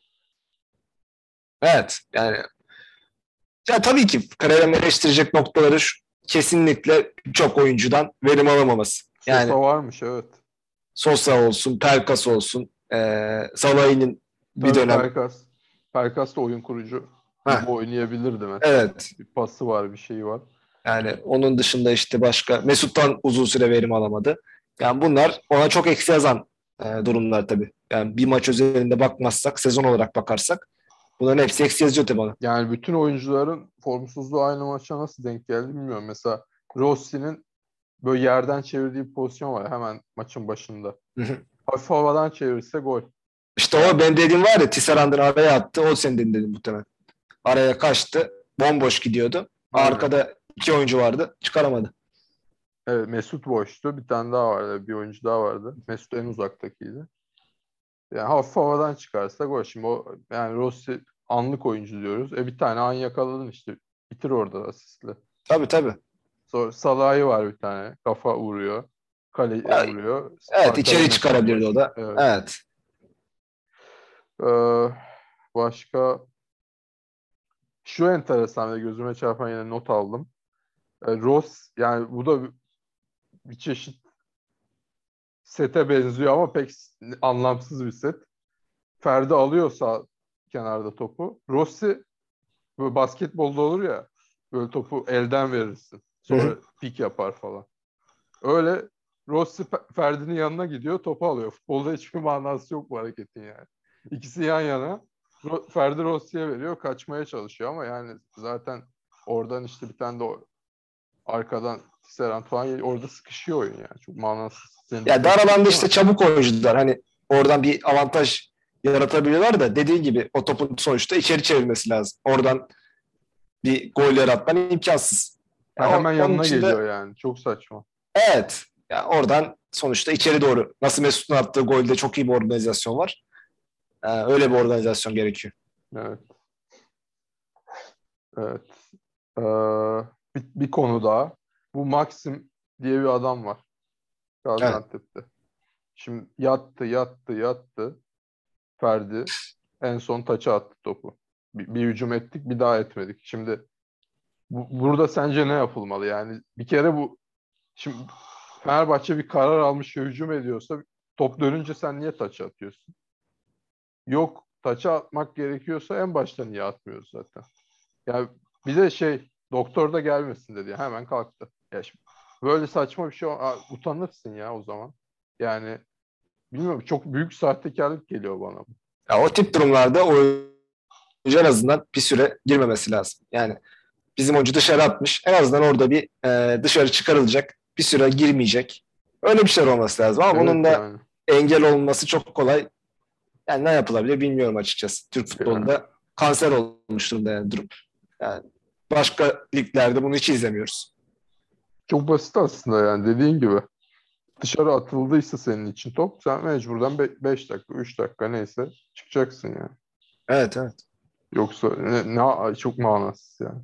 Evet yani ya tabii ki kariyerimi eleştirecek noktaları şu, kesinlikle çok oyuncudan verim alamaması. Yani Sosa varmış evet. Sosa olsun, Pelkas olsun, e, Salah'ın bir Tabii dönem. Pelkas. Pelkas da oyun kurucu gibi Heh, oynayabilirdi mesela. evet Bir pası var, bir şey var. yani onun dışında işte başka Mesut'tan uzun süre verim alamadı. Yani bunlar ona çok eksi yazan e, durumlar tabii. Yani bir maç özelinde bakmazsak, sezon olarak bakarsak bunların hepsi eksi yazıyor tabii bana. Yani bütün oyuncuların formsuzluğu aynı maça nasıl denk geldi bilmiyorum. Mesela Rossi'nin böyle yerden çevirdiği bir pozisyon var hemen maçın başında. Hafif havadan çevirse gol. İşte o Yani ben dediğim var ya Tisserand'ın araya attı. O senin dediğin dedim muhtemelen. Araya kaçtı. Bomboş gidiyordu. aynen. Arkada iki oyuncu vardı. Çıkaramadı. Evet, Mesut boştu. Bir tane daha vardı. Bir oyuncu daha vardı. Mesut en uzaktakiydi. Yani hafif havadan çıkarsa gol. Şimdi o yani Rossi anlık oyuncu diyoruz. E bir tane an yakaladın işte. Bitir orada da asistle. Tabii tabii. Sonra Salah'ı var bir tane. Kafa vuruyor. Kaleye Ya, vuruyor. evet Arkada içeri Mesut çıkarabilirdi o boş. da. Evet. Evet. Ee, başka şu enteresan ve gözüme çarpan yine not aldım. Ee, Ross yani bu da bir çeşit sete benziyor ama pek anlamsız bir set. Ferdi alıyor sağ kenarda topu. Rossi böyle basketbolda olur ya böyle topu elden verirsin. Sonra pik yapar falan. Öyle Rossi Ferdi'nin yanına gidiyor, topu alıyor. Futbolda hiçbir manası yok bu hareketin yani. İkisi yan yana. Ferdi Rossi'ye veriyor, kaçmaya çalışıyor ama yani zaten oradan işte bir tane de o, arkadan Tisserand falan orada sıkışıyor oyun yani. Çok manasız. Senin Ya dar alanda işte çabuk oyuncular. Hani oradan bir avantaj yaratabiliyorlar da dediğin gibi o topun sonuçta içeri çevirmesi lazım. Oradan bir gol yaratman imkansız. ha, Ya o, hemen onun yanına için geliyor de yani. Çok saçma. evet. Ya oradan sonuçta içeri doğru. Nasıl Mesut'un attığı golde çok iyi bir organizasyon var. Ee, öyle bir organizasyon gerekiyor. Evet. Evet. Ee, bir, bir konu daha. Bu Maxim diye bir adam var Evet. Gaziantep'te. Şimdi yattı, yattı, yattı. Ferdi en son taça attı topu. Bir, bir hücum ettik, bir daha etmedik. Şimdi bu, burada sence ne yapılmalı? Yani bir kere bu şimdi Fenerbahçe bir karar almış ve hücum ediyorsa top dönünce sen niye taça atıyorsun? Yok, taça atmak gerekiyorsa en başta niye atmıyoruz zaten? Yani bir de şey doktor da gelmesin dedi. Hemen kalktı. Ya şimdi böyle saçma bir şey aa, utanırsın ya o zaman. Yani bilmiyorum çok büyük sahtekarlık geliyor bana. Ya o tip durumlarda oyuncu en azından bir süre girmemesi lazım. Yani bizim oyuncu dışarı atmış. En azından orada bir e, dışarı çıkarılacak. Bir süre girmeyecek. Öyle bir şeyler olması lazım. Ama bunun Evet da yani. engel olması çok kolay. Yani ne yapılabilir bilmiyorum açıkçası. Türk Yani futbolunda kanser olmuş durumda yani durum. Yani başka liglerde bunu hiç izlemiyoruz. çok basit aslında yani dediğin gibi. Dışarı atıldıysa senin için top sen mecburdan beş dakika, üç dakika neyse çıkacaksın yani. Evet, evet. Yoksa ne, ne çok manasız yani.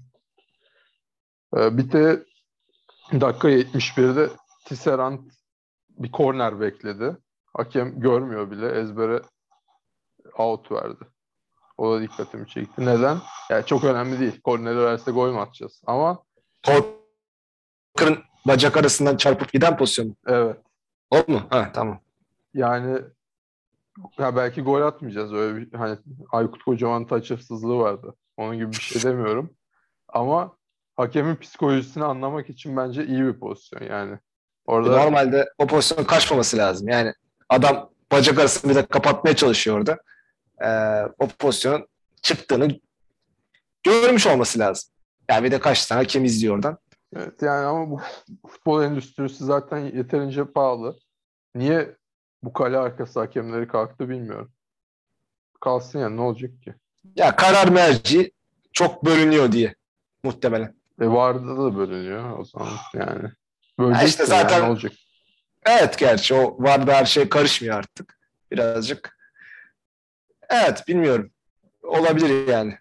Ee, bir de dakika yetmiş birde Tisserand bir korner bekledi. Hakem görmüyor bile ezbere out verdi. O da dikkatimi çekti. Neden? Yani çok önemli değil. Korneri verse gol mü atacağız? Ama Korkır'ın bacak arasından çarpıp giden pozisyon mu? evet. O mu? Ha, tamam. Yani ya belki gol atmayacağız. Öyle bir hani Aykut Kocaman taç hırsızlığı vardı. Onun gibi bir şey demiyorum. Ama hakemin psikolojisini anlamak için bence iyi bir pozisyon yani. E, Orada Normalde o pozisyonun kaçmaması lazım. Yani adam bacak arasını bir de kapatmaya çalışıyor orada. Ee, o pozisyonun çıktığını görmüş olması lazım. Yani bir de kaç tane hakem izliyor oradan. evet yani ama bu futbol endüstrisi zaten yeterince pahalı. Niye bu kale arkası hakemleri kalktı bilmiyorum. Kalsın yani ne olacak ki? Ya karar merci çok bölünüyor diye muhtemelen. E vardı da bölünüyor o zaman yani. Ya işte Böleceksin yani ne zaten olacak? evet gerçi o var da her şey karışmıyor artık. Birazcık. Evet bilmiyorum. Olabilir yani.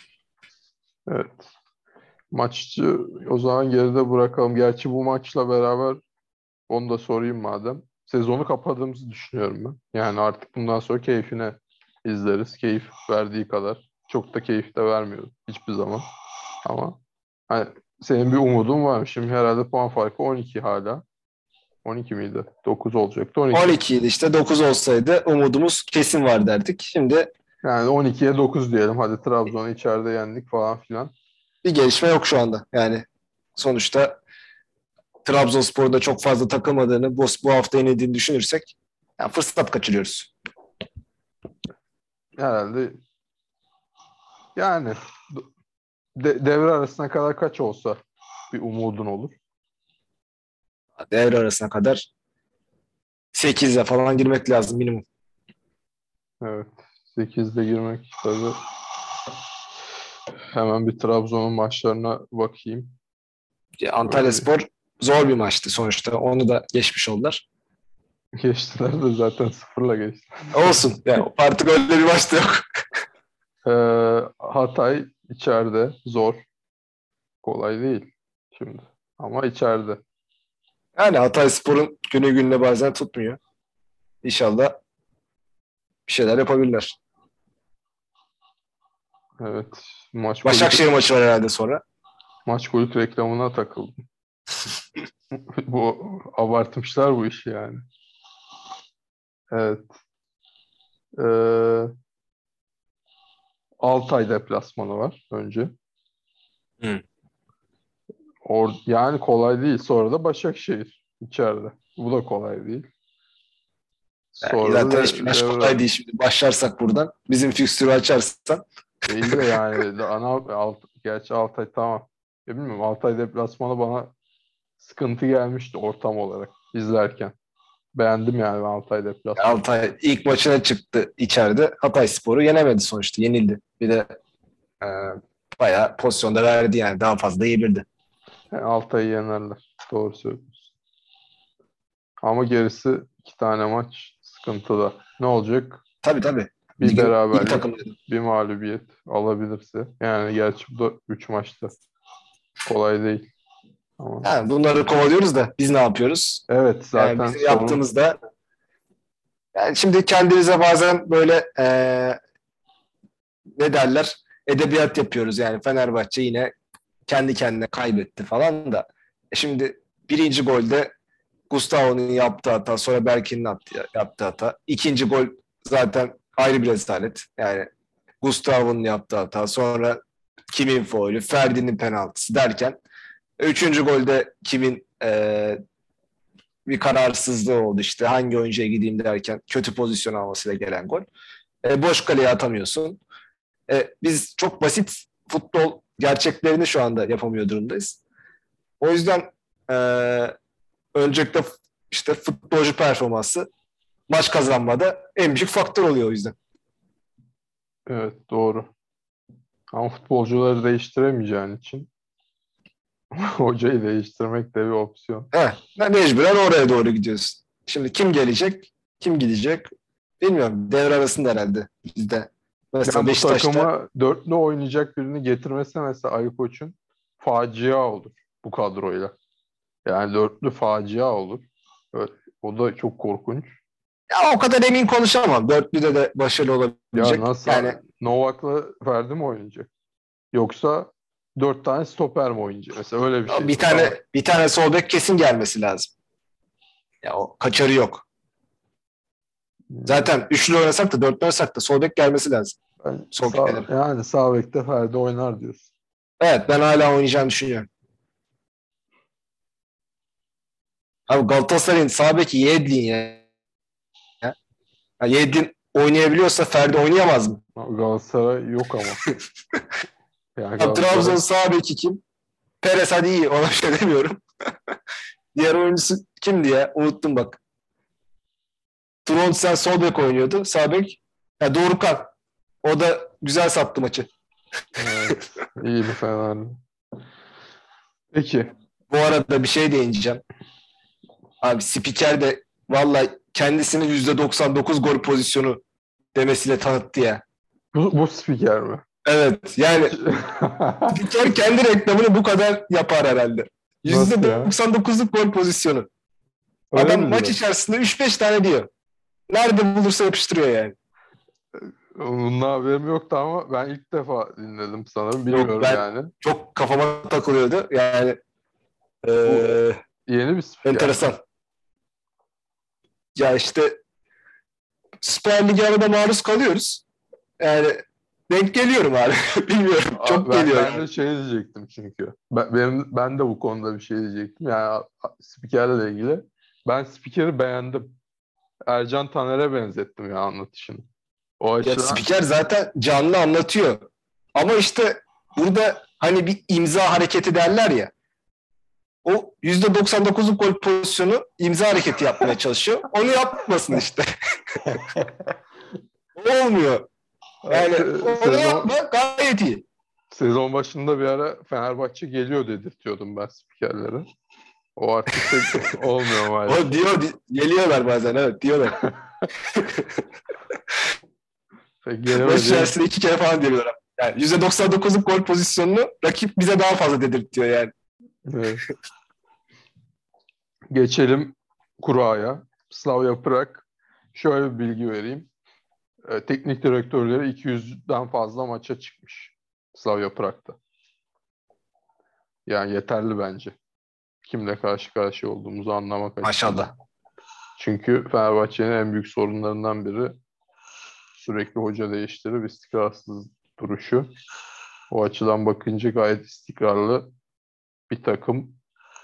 Evet. Maçı o zaman geride bırakalım. Gerçi bu maçla beraber onu da sorayım madem. Sezonu kapadığımızı düşünüyorum ben. Yani artık bundan sonra keyfine izleriz. Keyif verdiği kadar. Çok da keyif de vermiyor hiçbir zaman. Ama hani senin bir umudun var. Şimdi herhalde puan farkı on iki hala. on iki miydi? dokuz olacaktı. on iki. on iki idi işte dokuz olsaydı umudumuz kesin var derdik. Şimdi Yani on ikiye dokuz diyelim. Hadi Trabzon'u içeride yendik falan filan. bir gelişme yok şu anda. Yani sonuçta Trabzonspor'da çok fazla takılmadığını, bu, bu hafta yenildiğini düşünürsek yani fırsat kaçırıyoruz. Herhalde yani de, devre arasına kadar kaç olsa bir umudun olur. Devre arasına kadar sekizle falan girmek lazım minimum. Evet. sekizde girmek tabii. Hemen bir Trabzon'un maçlarına bakayım. Böyle bir Antalyaspor zor bir maçtı sonuçta. Onu da geçmiş oldular. geçtiler de zaten sıfırla geçti. Olsun. Yani artık öyle bir maç da yok. Ee, Hatay içeride zor. Kolay değil şimdi. Ama içeride. Yani Hatayspor'un günü gününe bazen tutmuyor. İnşallah bir şeyler yapabilirler. Evet. Maç golü Başakşehir maçı var herhalde sonra. maç golü reklamına takıldım. Bu abartmışlar bu işi yani. Evet. Ee, Altay deplasmanı var önce. Hı. Or yani kolay değil. Sonra da Başakşehir içeride. Bu da kolay değil. Yani Sonra da zaten de, hiçbir maç devre kolay değil şimdi. Başlarsak buradan. Bizim fikstürü açarsan. iyi de yani de ana alt, gerçi Altay tamam. Ya bilmiyorum, Altay deplasmanı bana sıkıntı gelmişti ortam olarak izlerken. Beğendim yani ben Altay deplasmanı. Altay ilk maçına çıktı içeride. Hatayspor'u yenemedi sonuçta. Yenildi. Bir de e, bayağı pozisyonda verdi yani. Daha fazla yiyebilirdi. Yani Altay'ı yenerler. Doğru söylüyorsun. Ama gerisi iki tane maç sıkıntıda. Ne olacak? Tabii tabii. Bir Ligin iyi beraberlik, takımları. bir mağlubiyet alabilirse. Yani gerçi bu da üç maçta kolay değil. Ama Yani bunları kovalıyoruz da biz ne yapıyoruz? evet, Yani zaten bizim sorun yaptığımızda yani şimdi kendimize bazen böyle e, ne derler? Edebiyat yapıyoruz yani. Fenerbahçe yine kendi kendine kaybetti falan da. E şimdi birinci golde Gustavo'nun yaptığı hata, sonra Berkin'in attı- yaptığı hata. İkinci gol zaten ayrı bir rezalet. Yani Gustavo'nun yaptığı hata, sonra kimin faulü, Ferdi'nin penaltısı derken üçüncü golde kimin e, bir kararsızlığı oldu işte hangi oyuncuya gideyim derken kötü pozisyon almasıyla gelen gol. E, boş kaleye atamıyorsun. E, biz çok basit futbol gerçeklerini şu anda yapamıyor durumdayız. O yüzden e, öncelikle işte futbolcu performansı maç kazanmada en büyük faktör oluyor o yüzden. evet doğru. Ama futbolcuları değiştiremeyeceğin için hocayı değiştirmek de bir opsiyon. He, mecburen oraya doğru gidiyorsun. Şimdi kim gelecek, kim gidecek bilmiyorum. Devre arasında herhalde bizde. Mesela Yani bu Beşiktaş'ta takıma dörtlü oynayacak birini getirmese mesela Ali Koç'un facia olur bu kadroyla. Yani dörtlü facia olur. Evet, o da çok korkunç. ya o kadar emin konuşamam. Dörtlüde de başarılı Ya olabilecek. nasıl Yani Novak'la Ferdi mi oynayacak? Yoksa dört tane stoper mi oynayacak? Mesela öyle bir şey. bir Tamam. tane bir tane sol bek kesin gelmesi lazım. Ya o kaçarı yok. Zaten üçlü oynasak da dörtlü oynasak da sol bek gelmesi lazım. Ben Sol sağ, kenarı. yani sağ bekte Ferdi oynar diyorsun. Evet ben hala oynayacağını düşünüyorum. Abi Galatasaray'ın sağ beki Yedlin ya. Ya Yedlin oynayabiliyorsa Ferdi oynayamaz mı? Galatasaray yok ama. Yani Ya Trabzon Galatasaray sağ beki kim? Perez hadi iyi ona bir şey demiyorum. Diğer oyuncusu kimdi ya? Unuttum bak. Trondsen sol bek oynuyordu. Sağ bek. Ya Dorukhan. O da güzel sattı maçı. evet, iyi bir Fenerli. Peki. Bu arada bir şey değineceğim. Abi spiker de valla kendisini yüzde doksan dokuz gol pozisyonu demesiyle tanıttı ya. Bu, bu spiker mi? Evet yani spiker kendi reklamını bu kadar yapar herhalde. Nasıl ya? yüzde doksan dokuzluk gol pozisyonu. Öyle Adam mi maç diyor? içerisinde üç beş tane diyor. Nerede bulursa yapıştırıyor yani. Bunun haberim yoktu ama ben ilk defa dinledim sanırım. Yok Bilmiyorum ben yani. çok kafama takılıyordu. Yani Bu eee, yeni bir spiker mi? enteresan. Ya işte Süper Lig'e arada maruz kalıyoruz. Yani denk geliyorum abi. Bilmiyorum. Aa, Çok Ben, geliyor ben yani. de şey diyecektim çünkü. Ben, benim, ben de bu konuda bir şey diyecektim. Yani a- spikerle ilgili. Ben spikeri beğendim. Ercan Taner'e benzettim ya anlatışını. O Ya açıdan spiker zaten canlı anlatıyor. Ama işte burada hani bir imza hareketi derler ya. O yüzde doksan dokuzluk gol pozisyonu imza hareketi yapmaya çalışıyor. Onu yapmasın işte. Olmuyor. Yani se- onu yapma sezon gayet iyi. sezon başında bir ara Fenerbahçe geliyor dedirtiyordum ben spikerlere. O artık pek olmuyor O maalesef. diyor, geliyorlar bazen evet diyorlar. Pek Maç gelemediği içerisinde iki kere falan diyorlar. Yani yüzde doksan dokuzluk gol pozisyonunu rakip bize daha fazla dedirtiyor yani. evet. Geçelim kuraya. Slavia Prag. Şöyle bir bilgi vereyim. E, teknik direktörleri iki yüzden fazla maça çıkmış Slavia Prag'da. Yani yeterli bence. Kimle karşı karşıya olduğumuzu anlamak açısından. Maşallah. Çünkü Fenerbahçe'nin en büyük sorunlarından biri sürekli hoca değiştirip istikrarsız duruşu. O açıdan bakınca gayet istikrarlı bir takım.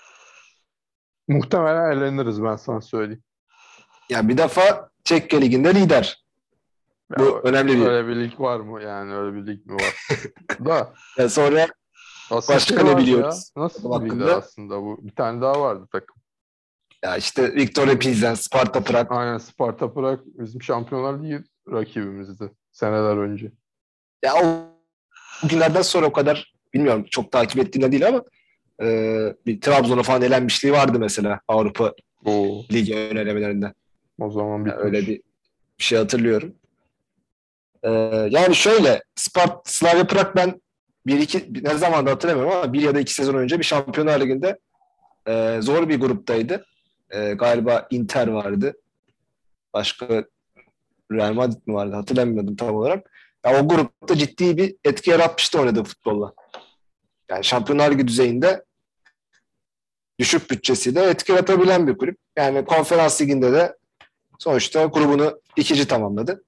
Muhtemelen eleniriz, ben sana söyleyeyim. Ya bir defa Çekya Ligi'nde lider. Ya, Bu önemli bir. öyle bir lig var mı? Yani öyle bir lig mi var? Da Ya sonra asıl başka şey ne vardı ya. biliyoruz Nasıl takım bir lider hakkında? aslında bu? Bir tane daha vardı takım. Ya işte Viktoria Pilsen, Sparta Prag. Aynen, Sparta Prag bizim Şampiyonlar Ligi rakibimizdi seneler önce. Ya o günlerden sonra o kadar bilmiyorum, çok takip ettiğimde değil ama e, bir Trabzon'a falan elenmişliği vardı mesela Avrupa Oo, Ligi ön elemelerinden. o zaman Yani öyle bitmiş. bir bir şey hatırlıyorum. E, Yani şöyle Spart, Slavia Prag ben bir iki ne zaman da hatırlamıyorum ama bir ya da iki sezon önce bir Şampiyonlar Ligi'nde e, zor bir gruptaydı. E, galiba Inter vardı. Başka Real Madrid mi vardı hatırlamıyordum tam olarak. Ya o grupta ciddi bir etki yaratmıştı oynadığı futbolla. Yani Şampiyonlar Ligi düzeyinde düşük bütçesiyle etki yaratabilen bir kulüp. Yani Konferans Ligi'nde de sonuçta grubunu ikinci tamamladı.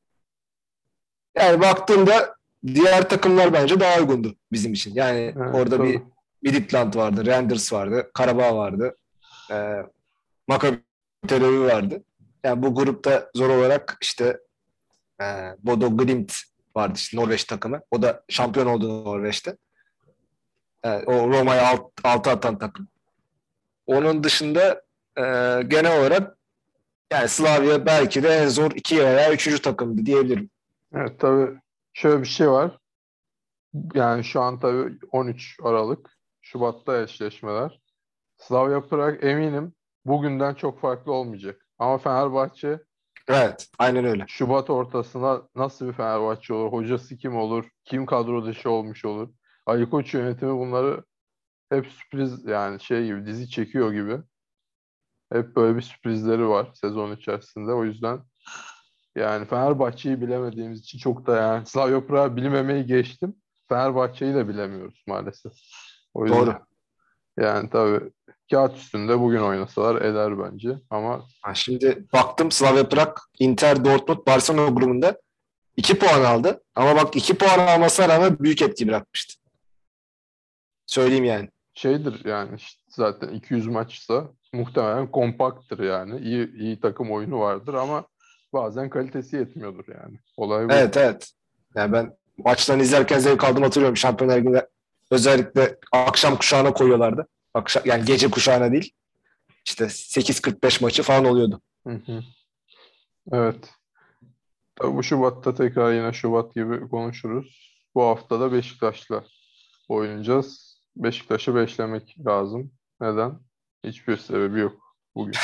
Yani baktığımda diğer takımlar bence daha uygundu bizim için. Yani Evet, orada tabii. bir Midtjylland vardı, Randers vardı, Karabağ vardı, e, Maccabi Tel Aviv vardı. Yani bu grupta zor olarak işte e, Bodo Glimt vardı, işte Norveç takımı. O da şampiyon oldu Norveç'te. E, o Roma'ya alt, altı atan takım. Onun dışında e, genel olarak yani Slavia belki de en zor iki veya üçüncü takımdı diyebilirim. Evet, tabii şöyle bir şey var. Yani şu an tabii on üç Aralık. Şubat'ta eşleşmeler. Slavia Prag eminim bugünden çok farklı olmayacak. Ama Fenerbahçe Evet, aynen öyle. Şubat ortasına nasıl bir Fenerbahçe olur? Hocası kim olur? Kim kadro dışı olmuş olur? Ali Koç yönetimi bunları hep sürpriz, yani şey gibi, dizi çekiyor gibi. Hep böyle bir sürprizleri var sezon içerisinde. O yüzden yani Fenerbahçe'yi bilemediğimiz için çok da, yani Slavia Prag'ı bilmemeyi geçtim. Fenerbahçe'yi de bilemiyoruz maalesef. O yüzden Doğru. yani tabii kağıt üstünde bugün oynasalar eder bence. Ama Ha, şimdi baktım Slavia Prag, Inter, Dortmund, Barcelona grubunda iki puan aldı. Ama bak iki puan almasına rağmen büyük etki bırakmıştı. Söyleyeyim yani. şeydir yani, işte zaten iki yüz maçsa muhtemelen kompakttır yani. İyi, iyi takım oyunu vardır ama bazen kalitesi yetmiyordur yani. Olay bu. Evet, evet. Yani ben maçlarını izlerken zevk aldım, hatırlıyorum. Şampiyonlar Ligi'nde özellikle akşam kuşağına koyuyorlardı. Akşam, yani gece kuşağına değil. İşte sekiz kırk beş maçı falan oluyordu. Hı hı. Evet. Tabii bu Şubat'ta tekrar yine Şubat gibi konuşuruz. Bu hafta da Beşiktaş'la oynayacağız. Beşiktaş'ı beşlemek lazım. Neden? Hiçbir sebebi yok bugün.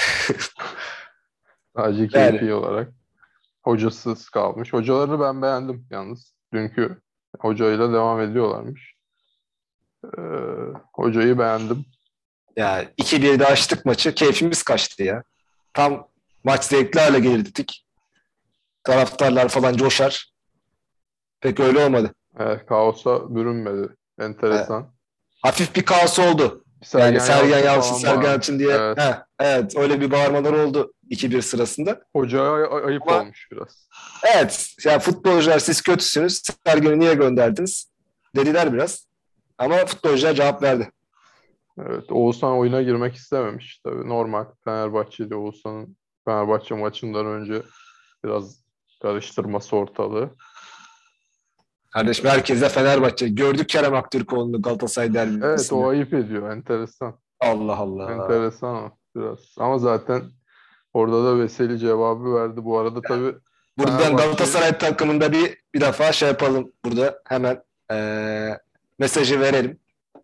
Sadece Yani keyfi olarak. Hocasız kalmış. Hocalarını ben beğendim yalnız. Dünkü hocayla devam ediyorlarmış. Ee, hocayı beğendim. Ya iki birde açtık maçı. Keyfimiz kaçtı ya. Tam maç zevkli hale gelirdik. Taraftarlar falan coşar. Pek öyle olmadı. Evet, kaosa bürünmedi. Ha, Enteresan. hafif bir kaos oldu. Yani Sergen Sergen Yalçın Yalçın, falan Sergen bağırdı. Yalçın diye. Evet. Heh, evet, öyle bir bağırmalar oldu iki bir sırasında. Hocaya ay- ayıp Ama olmuş biraz. evet, ya futbolcular siz kötüsünüz. Sergen'i niye gönderdiniz? Dediler biraz. Ama futbolcular cevap verdi. Evet, Oğuzhan oyuna girmek istememiş. Tabii normal. Fenerbahçe'de Oğuzhan'ın Fenerbahçe maçından önce biraz karıştırması ortalığı. Kardeşim herkese Fenerbahçe. Gördük Kerem Aktürkoğlu'nu Galatasaray Evet, o derbisinde. ayıp ediyor. Enteresan. Allah Allah. Enteresan o biraz. Ama zaten orada da Veseli cevabı verdi. Bu arada tabii Buradan Fenerbahçe, Galatasaray takımında bir bir defa şey yapalım burada hemen eee, mesajı verelim.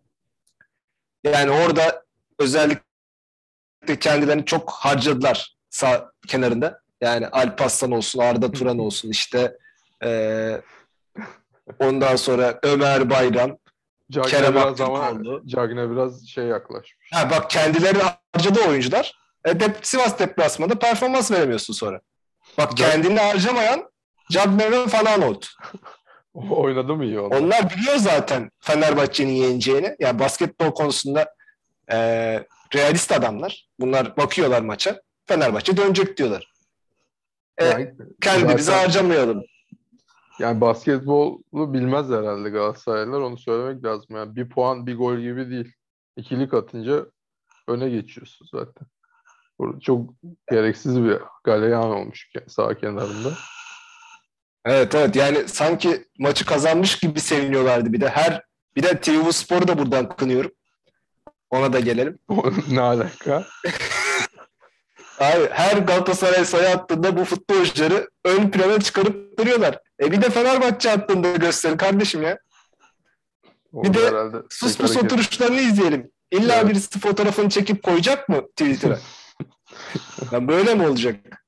Yani orada özellikle kendilerini çok harcadılar sağ kenarında. Yani Alparslan olsun, Arda Turan olsun, işte eee, ondan sonra Ömer Bayram, Cagne Kerem biraz ama Aktürkoğlu. Cagne biraz şey yaklaşmış. Ha bak, kendileri harcadı oyuncular. E, dep Sivas deplasmanında performans veremiyorsun sonra. Bak, Cagne kendini harcamayan Cagne ve Fananot. oynadı mı iyi onlar? Onlar biliyor zaten Fenerbahçe'nin yeneceğini. Yani basketbol konusunda e, realist adamlar. Bunlar bakıyorlar maça. Fenerbahçe dönecek diyorlar. E, Yani Kendimizi zaten harcamayalım. yani basketbolu bilmez herhalde Galatasaraylılar, onu söylemek lazım. Yani bir puan bir gol gibi değil. İkilik atınca öne geçiyorsun zaten. Burada çok gereksiz bir galeyan olmuş sağ kenarında. Evet evet yani sanki maçı kazanmış gibi seviniyorlardı bir de. Her bir de T V Spor'u da buradan kınıyorum. Ona da gelelim. Ne alaka? Abi her Galatasaray sayı attığında bu futbolcuları ön plana çıkarıp duruyorlar. E bir de Fenerbahçe attığında gösterin kardeşim ya. Bir Orada de herhalde sus tek pus hareket. oturuşlarını izleyelim. İlla Evet. birisi fotoğrafını çekip koyacak mı Twitter'a? Ya böyle mi olacak?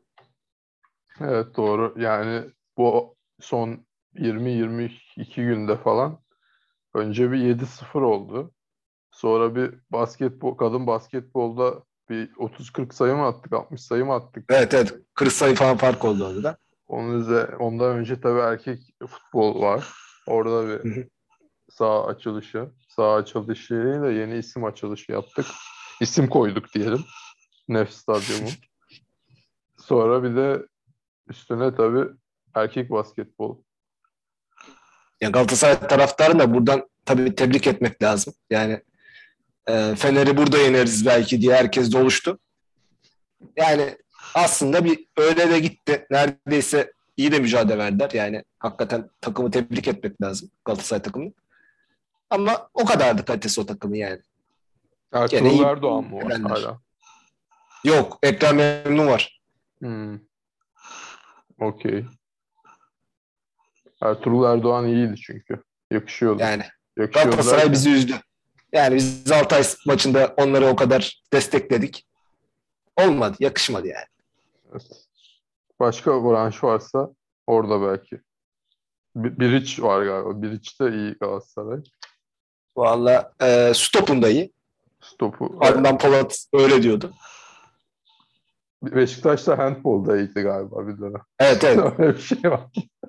Evet doğru. Yani bu son yirmi yirmi iki günde falan önce bir yedi sıfır oldu. Sonra bir basketbol, kadın basketbolda bir otuz kırk sayı mı attık, altmış sayı mı attık? Evet evet. kırk sayı falan fark oldu orada da. Onun üzerine, ondan önce tabii erkek futbol var. Orada bir Hı hı. saha açılışı. Saha açılışıyla yeni isim açılışı yaptık. İsim koyduk diyelim. Nef Stadyumu. Sonra bir de üstüne tabii erkek basketbol. Ya Galatasaray taraftarını da buradan tabii tebrik etmek lazım. Yani e, Fener'i burada yeneriz belki diye herkes doluştu. Yani aslında bir öyle de gitti. Neredeyse iyi de mücadele verdiler. Yani hakikaten takımı tebrik etmek lazım. Galatasaray takımını. Ama o kadardı kalitesi o takımın yani. Gene Ertuğrul iyi Erdoğan mı var edenler. hala? Yok. Ekrem Memnun var. Hmm, okey. Ertuğrul Erdoğan iyiydi çünkü. Yakışıyordu. Yani Yakışıyordu Galatasaray derken. bizi üzdü. Yani biz Altay maçında onları o kadar destekledik. Olmadı. Yakışmadı yani. Evet. Başka branş varsa orada belki. Bir- Biriç var galiba. Biriç de iyi Galatasaray. Valla e, stopun da iyi. Stopu. Adnan Polat öyle diyordu. Beşiktaş'ta handball da iyiydi galiba bir dönem. Evet evet. Öyle bir şey var.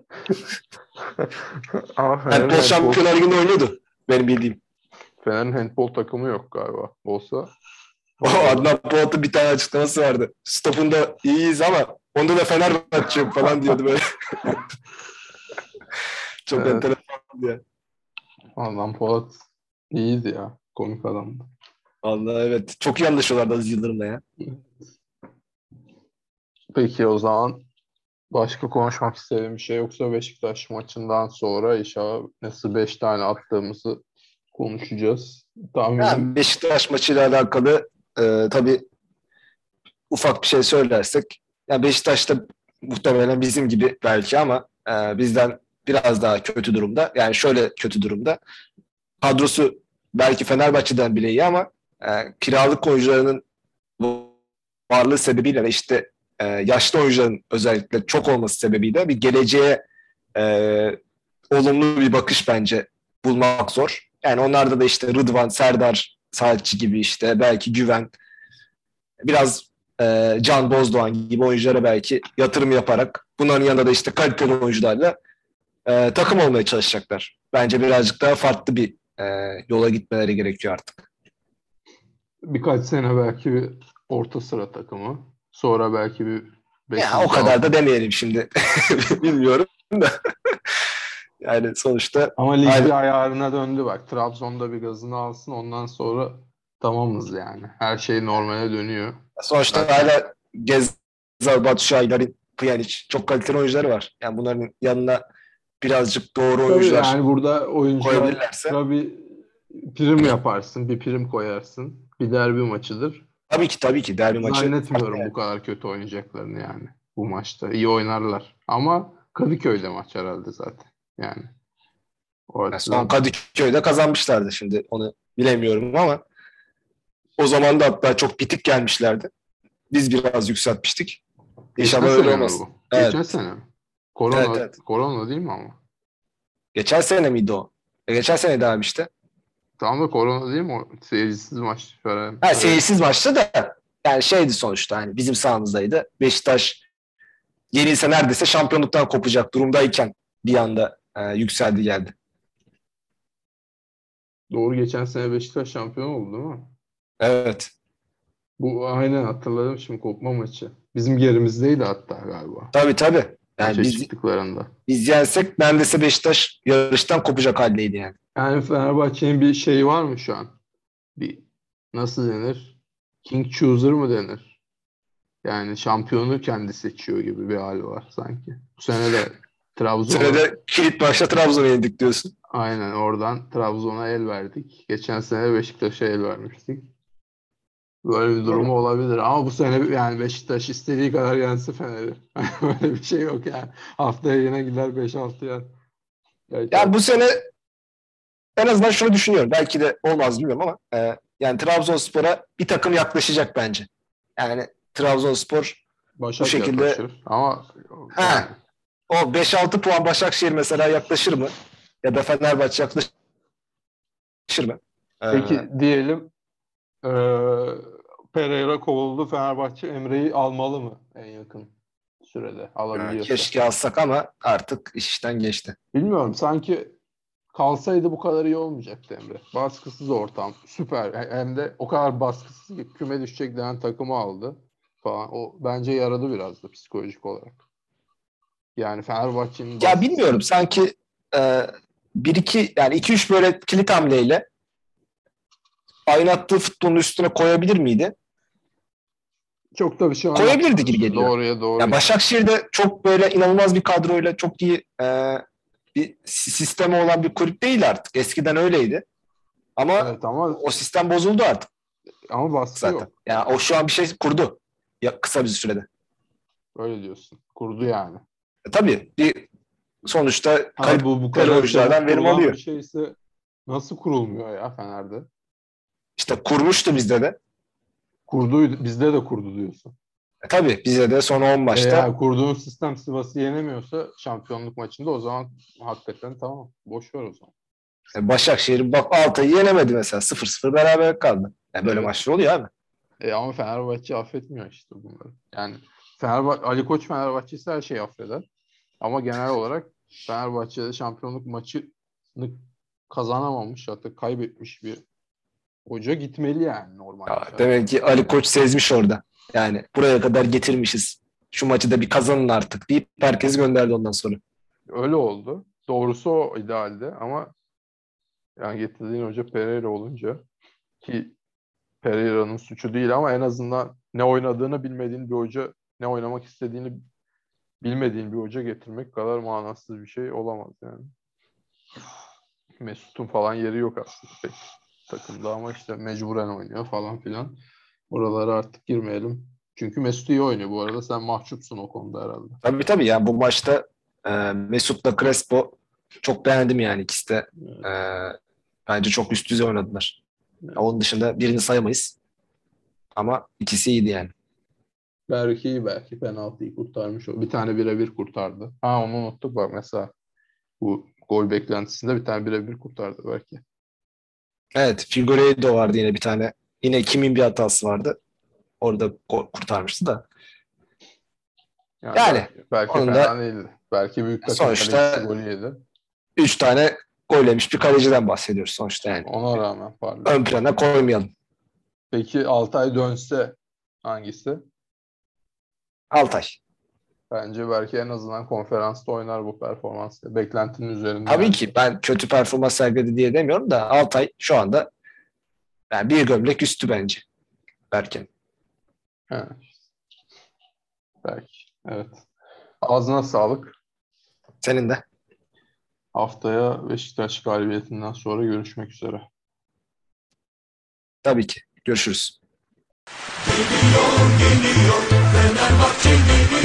Ama Fener'in Handball handball, Şampiyonlar Ligi'nde oynuyordu. Benim bildiğim. Fener'in handball takımı yok galiba. Olsa O orada da. Adnan Polat'ın bir tane açıklaması vardı. Stopunda iyiyiz ama onda da Fenerbahçe yok falan diyordu böyle. Çok Evet. enteresan diye. Adnan Polat iyiydi ya. Komik adamdı. Vallahi evet. Çok iyi anlaşıyorlardı Aziz Yıldırım'la ya. Peki o zaman başka konuşmak istediğim bir şey yoksa Beşiktaş maçından sonra inşallah nasıl beş tane attığımızı konuşacağız. Tahminim Yani Beşiktaş maçıyla alakalı e, tabii ufak bir şey söylersek yani Beşiktaş'ta muhtemelen bizim gibi belki ama e, bizden biraz daha kötü durumda. Yani şöyle kötü durumda. Kadrosu belki Fenerbahçe'den bile iyi ama e, kiralık oyuncularının varlığı sebebiyle ve işte e, yaşlı oyuncuların özellikle çok olması sebebiyle bir geleceğe e, olumlu bir bakış bence bulmak zor. Yani onlarda da işte Rıdvan, Serdar Saatçi gibi işte belki Güven, biraz e, Can Bozdoğan gibi oyunculara belki yatırım yaparak bunların yanında da işte kaliteli oyuncularla e, takım olmaya çalışacaklar. Bence birazcık daha farklı bir e, yola gitmeleri gerekiyor artık. birkaç sene belki bir orta sıra takımı. Sonra belki bir Ya o beşinci kadar altı. da demeyelim şimdi. Bilmiyorum da. Yani sonuçta Ama lig hala, bir ayarına döndü bak. Trabzon'da bir gazını alsın ondan sonra tamamız yani. Her şey normale dönüyor. sonuçta Zaten hala Gezzal, Batu Şahin, Pjanic çok kaliteli oyuncuları var. Yani bunların yanına birazcık doğru tabii oyuncular yani burada koyabilirlerse oyunculara bir prim yaparsın. Bir prim koyarsın. Bir derbi maçıdır. tabii ki tabii ki derbi maçı farklı Zannetmiyorum yani. bu kadar kötü oynayacaklarını yani bu maçta. İyi oynarlar. Ama Kadıköy'de maç herhalde zaten. Yani o Yani son açıdan. Kadıköy'de kazanmışlardı şimdi onu bilemiyorum ama o zaman da hatta çok bitik gelmişlerdi. Biz biraz yükseltmiştik. Geçen İnşallah öyle sene mi olmaz. bu? Evet. Geçen sene mi? Evet, Korona, evet. korona değil mi ama? Geçen sene miydi o? E, geçen sene de abi işte. Tam da korona değil mi o? Seyircisiz maç falan. Ha, Evet. seyirsiz maçta da yani şeydi sonuçta hani bizim sahamızdaydı. Beşiktaş yenilse neredeyse şampiyonluktan kopacak durumdayken bir anda e, yükseldi geldi. Doğru geçen sene Beşiktaş şampiyon oldu değil mi? Evet. Bu aynen hatırladım şimdi kopma maçı. Bizim yerimizdeydi hatta galiba. Tabii tabii. Yani Maça biz çıktıklarında. biz yensek neredeyse Beşiktaş yarıştan kopacak haldeydi yani. Yani Fenerbahçe'nin bir şeyi var mı şu an? bir nasıl denir? King Chooser mı denir? Yani şampiyonu kendi seçiyor gibi bir hali var sanki. Bu sene de Trabzon'a Senede kilit maçta Trabzon'a yendik diyorsun. aynen oradan Trabzon'a el verdik. Geçen sene Beşiktaş'a el vermiştik. Böyle bir durumu olabilir ama bu sene yani Beşiktaş istediği kadar yense Fener'i. Böyle bir şey yok yani. Haftaya yine gider beş altı yer. Yani bu sene en azından şunu düşünüyorum. Belki de olmaz bilmiyorum ama e, yani Trabzonspor'a bir takım yaklaşacak bence. Yani Trabzonspor Başak bu şekilde yaklaşır ama he, yani o beş altı puan Başakşehir mesela yaklaşır mı? Ya da Fenerbahçe yaklaşır mı? Ee, peki diyelim eee Pereira kovuldu. Fenerbahçe Emre'yi almalı mı en yakın sürede alabiliyorsa? keşke alsak ama artık iş işten geçti. Bilmiyorum sanki kalsaydı bu kadar iyi olmayacaktı Emre. Baskısız ortam. Süper. Hem de o kadar baskısız ki küme düşecek denen takımı aldı falan. O bence yaradı biraz da psikolojik olarak. Yani Fenerbahçe'nin Ya baskısı bilmiyorum sanki e, bir iki yani iki üç böyle kilit hamleyle oynattığı futbolun üstüne koyabilir miydi? çok da bir şey Koyabilirdi gibi oynatmıyorsun. geliyor. Doğruya doğru. Ya Yani. Başakşehir'de çok böyle inanılmaz bir kadroyla çok iyi e, bir sistemi olan bir kulüp değil artık. Eskiden öyleydi. Ama Evet ama o sistem bozuldu artık ama baskı zaten. yok. Yani o şu an bir şey kurdu. Ya, kısa bir sürede. Öyle diyorsun. Kurdu yani. E, tabii bir sonuçta Ha, bu bu kaliteli kadar çabuk oyunculardan verim kurulan bir alıyor. şeyse nasıl kurulmuyor ya Fener'de? İşte kurmuştu bizde de. Kurduydu. Bizde de kurdu diyorsun. E, tabii bize de son on E maçta yani kurduğun sistem Sivas'ı yenemiyorsa şampiyonluk maçında o zaman hakikaten tamam. Boş ver o zaman. e, Başakşehir bak Altay'ı yenemedi mesela. sıfır sıfır beraber kaldı. Yani böyle Evet. maçlar oluyor abi. E ama Fenerbahçe affetmiyor işte bunları. Yani Fenerbahçe, Ali Koç Fenerbahçe'si her şeyi affeder. Ama genel olarak Fenerbahçe'de şampiyonluk maçını kazanamamış hatta kaybetmiş bir hoca gitmeli yani normal Ya, şartlarda. demek ki Ali Koç sezmiş orada. Yani buraya kadar getirmişiz. Şu maçı da bir kazanın artık deyip herkesi gönderdi ondan sonra. Öyle oldu. Doğrusu o idealde ama yani getirdiğin hoca Pereira olunca ki Pereira'nın suçu değil ama en azından ne oynadığını bilmediğin bir hoca, ne oynamak istediğini bilmediğin bir hoca getirmek kadar manasız bir şey olamaz yani. Mesut'un falan yeri yok aslında pek takımda ama işte mecburen oynuyor falan filan. Oralara artık girmeyelim. Çünkü Mesut iyi oynuyor bu arada. Sen mahcupsun o konuda herhalde. Tabii tabii yani bu maçta e, Mesut'la Crespo çok beğendim yani ikisi de. Evet. E, bence çok üst düzey oynadılar. Evet. Onun dışında birini sayamayız. Ama ikisi iyiydi yani. Belki belki penaltıyı kurtarmış. O. Bir tane birebir kurtardı. Ha onu unuttuk bak mesela. Bu gol beklentisinde bir tane birebir kurtardı belki. Evet, Figueiredo vardı yine bir tane. Yine kimin bir hatası vardı. Orada gol kurtarmıştı da. Yani Yani belki, belki onun fena da değildi. Belki büyük takım kalecisi sonuçta golü yedi. üç tane gol yemiş bir kaleciden bahsediyoruz sonuçta yani. Ona rağmen parladı. Ön plana koymayalım. Peki Altay dönse hangisi? Altay. Bence belki en azından konferansta oynar bu performansla. Beklentinin üzerinde Tabii yani. ki ben kötü performans sergiledi diye demiyorum da Altay şu anda yani bir gömlek üstü bence. Berken. He. Belki. Evet. Ağzına sağlık. Senin de. Haftaya Beşiktaş galibiyetinden sonra görüşmek üzere. Tabii ki. Görüşürüz. Geliyor geliyor Fenerbahçe geliyor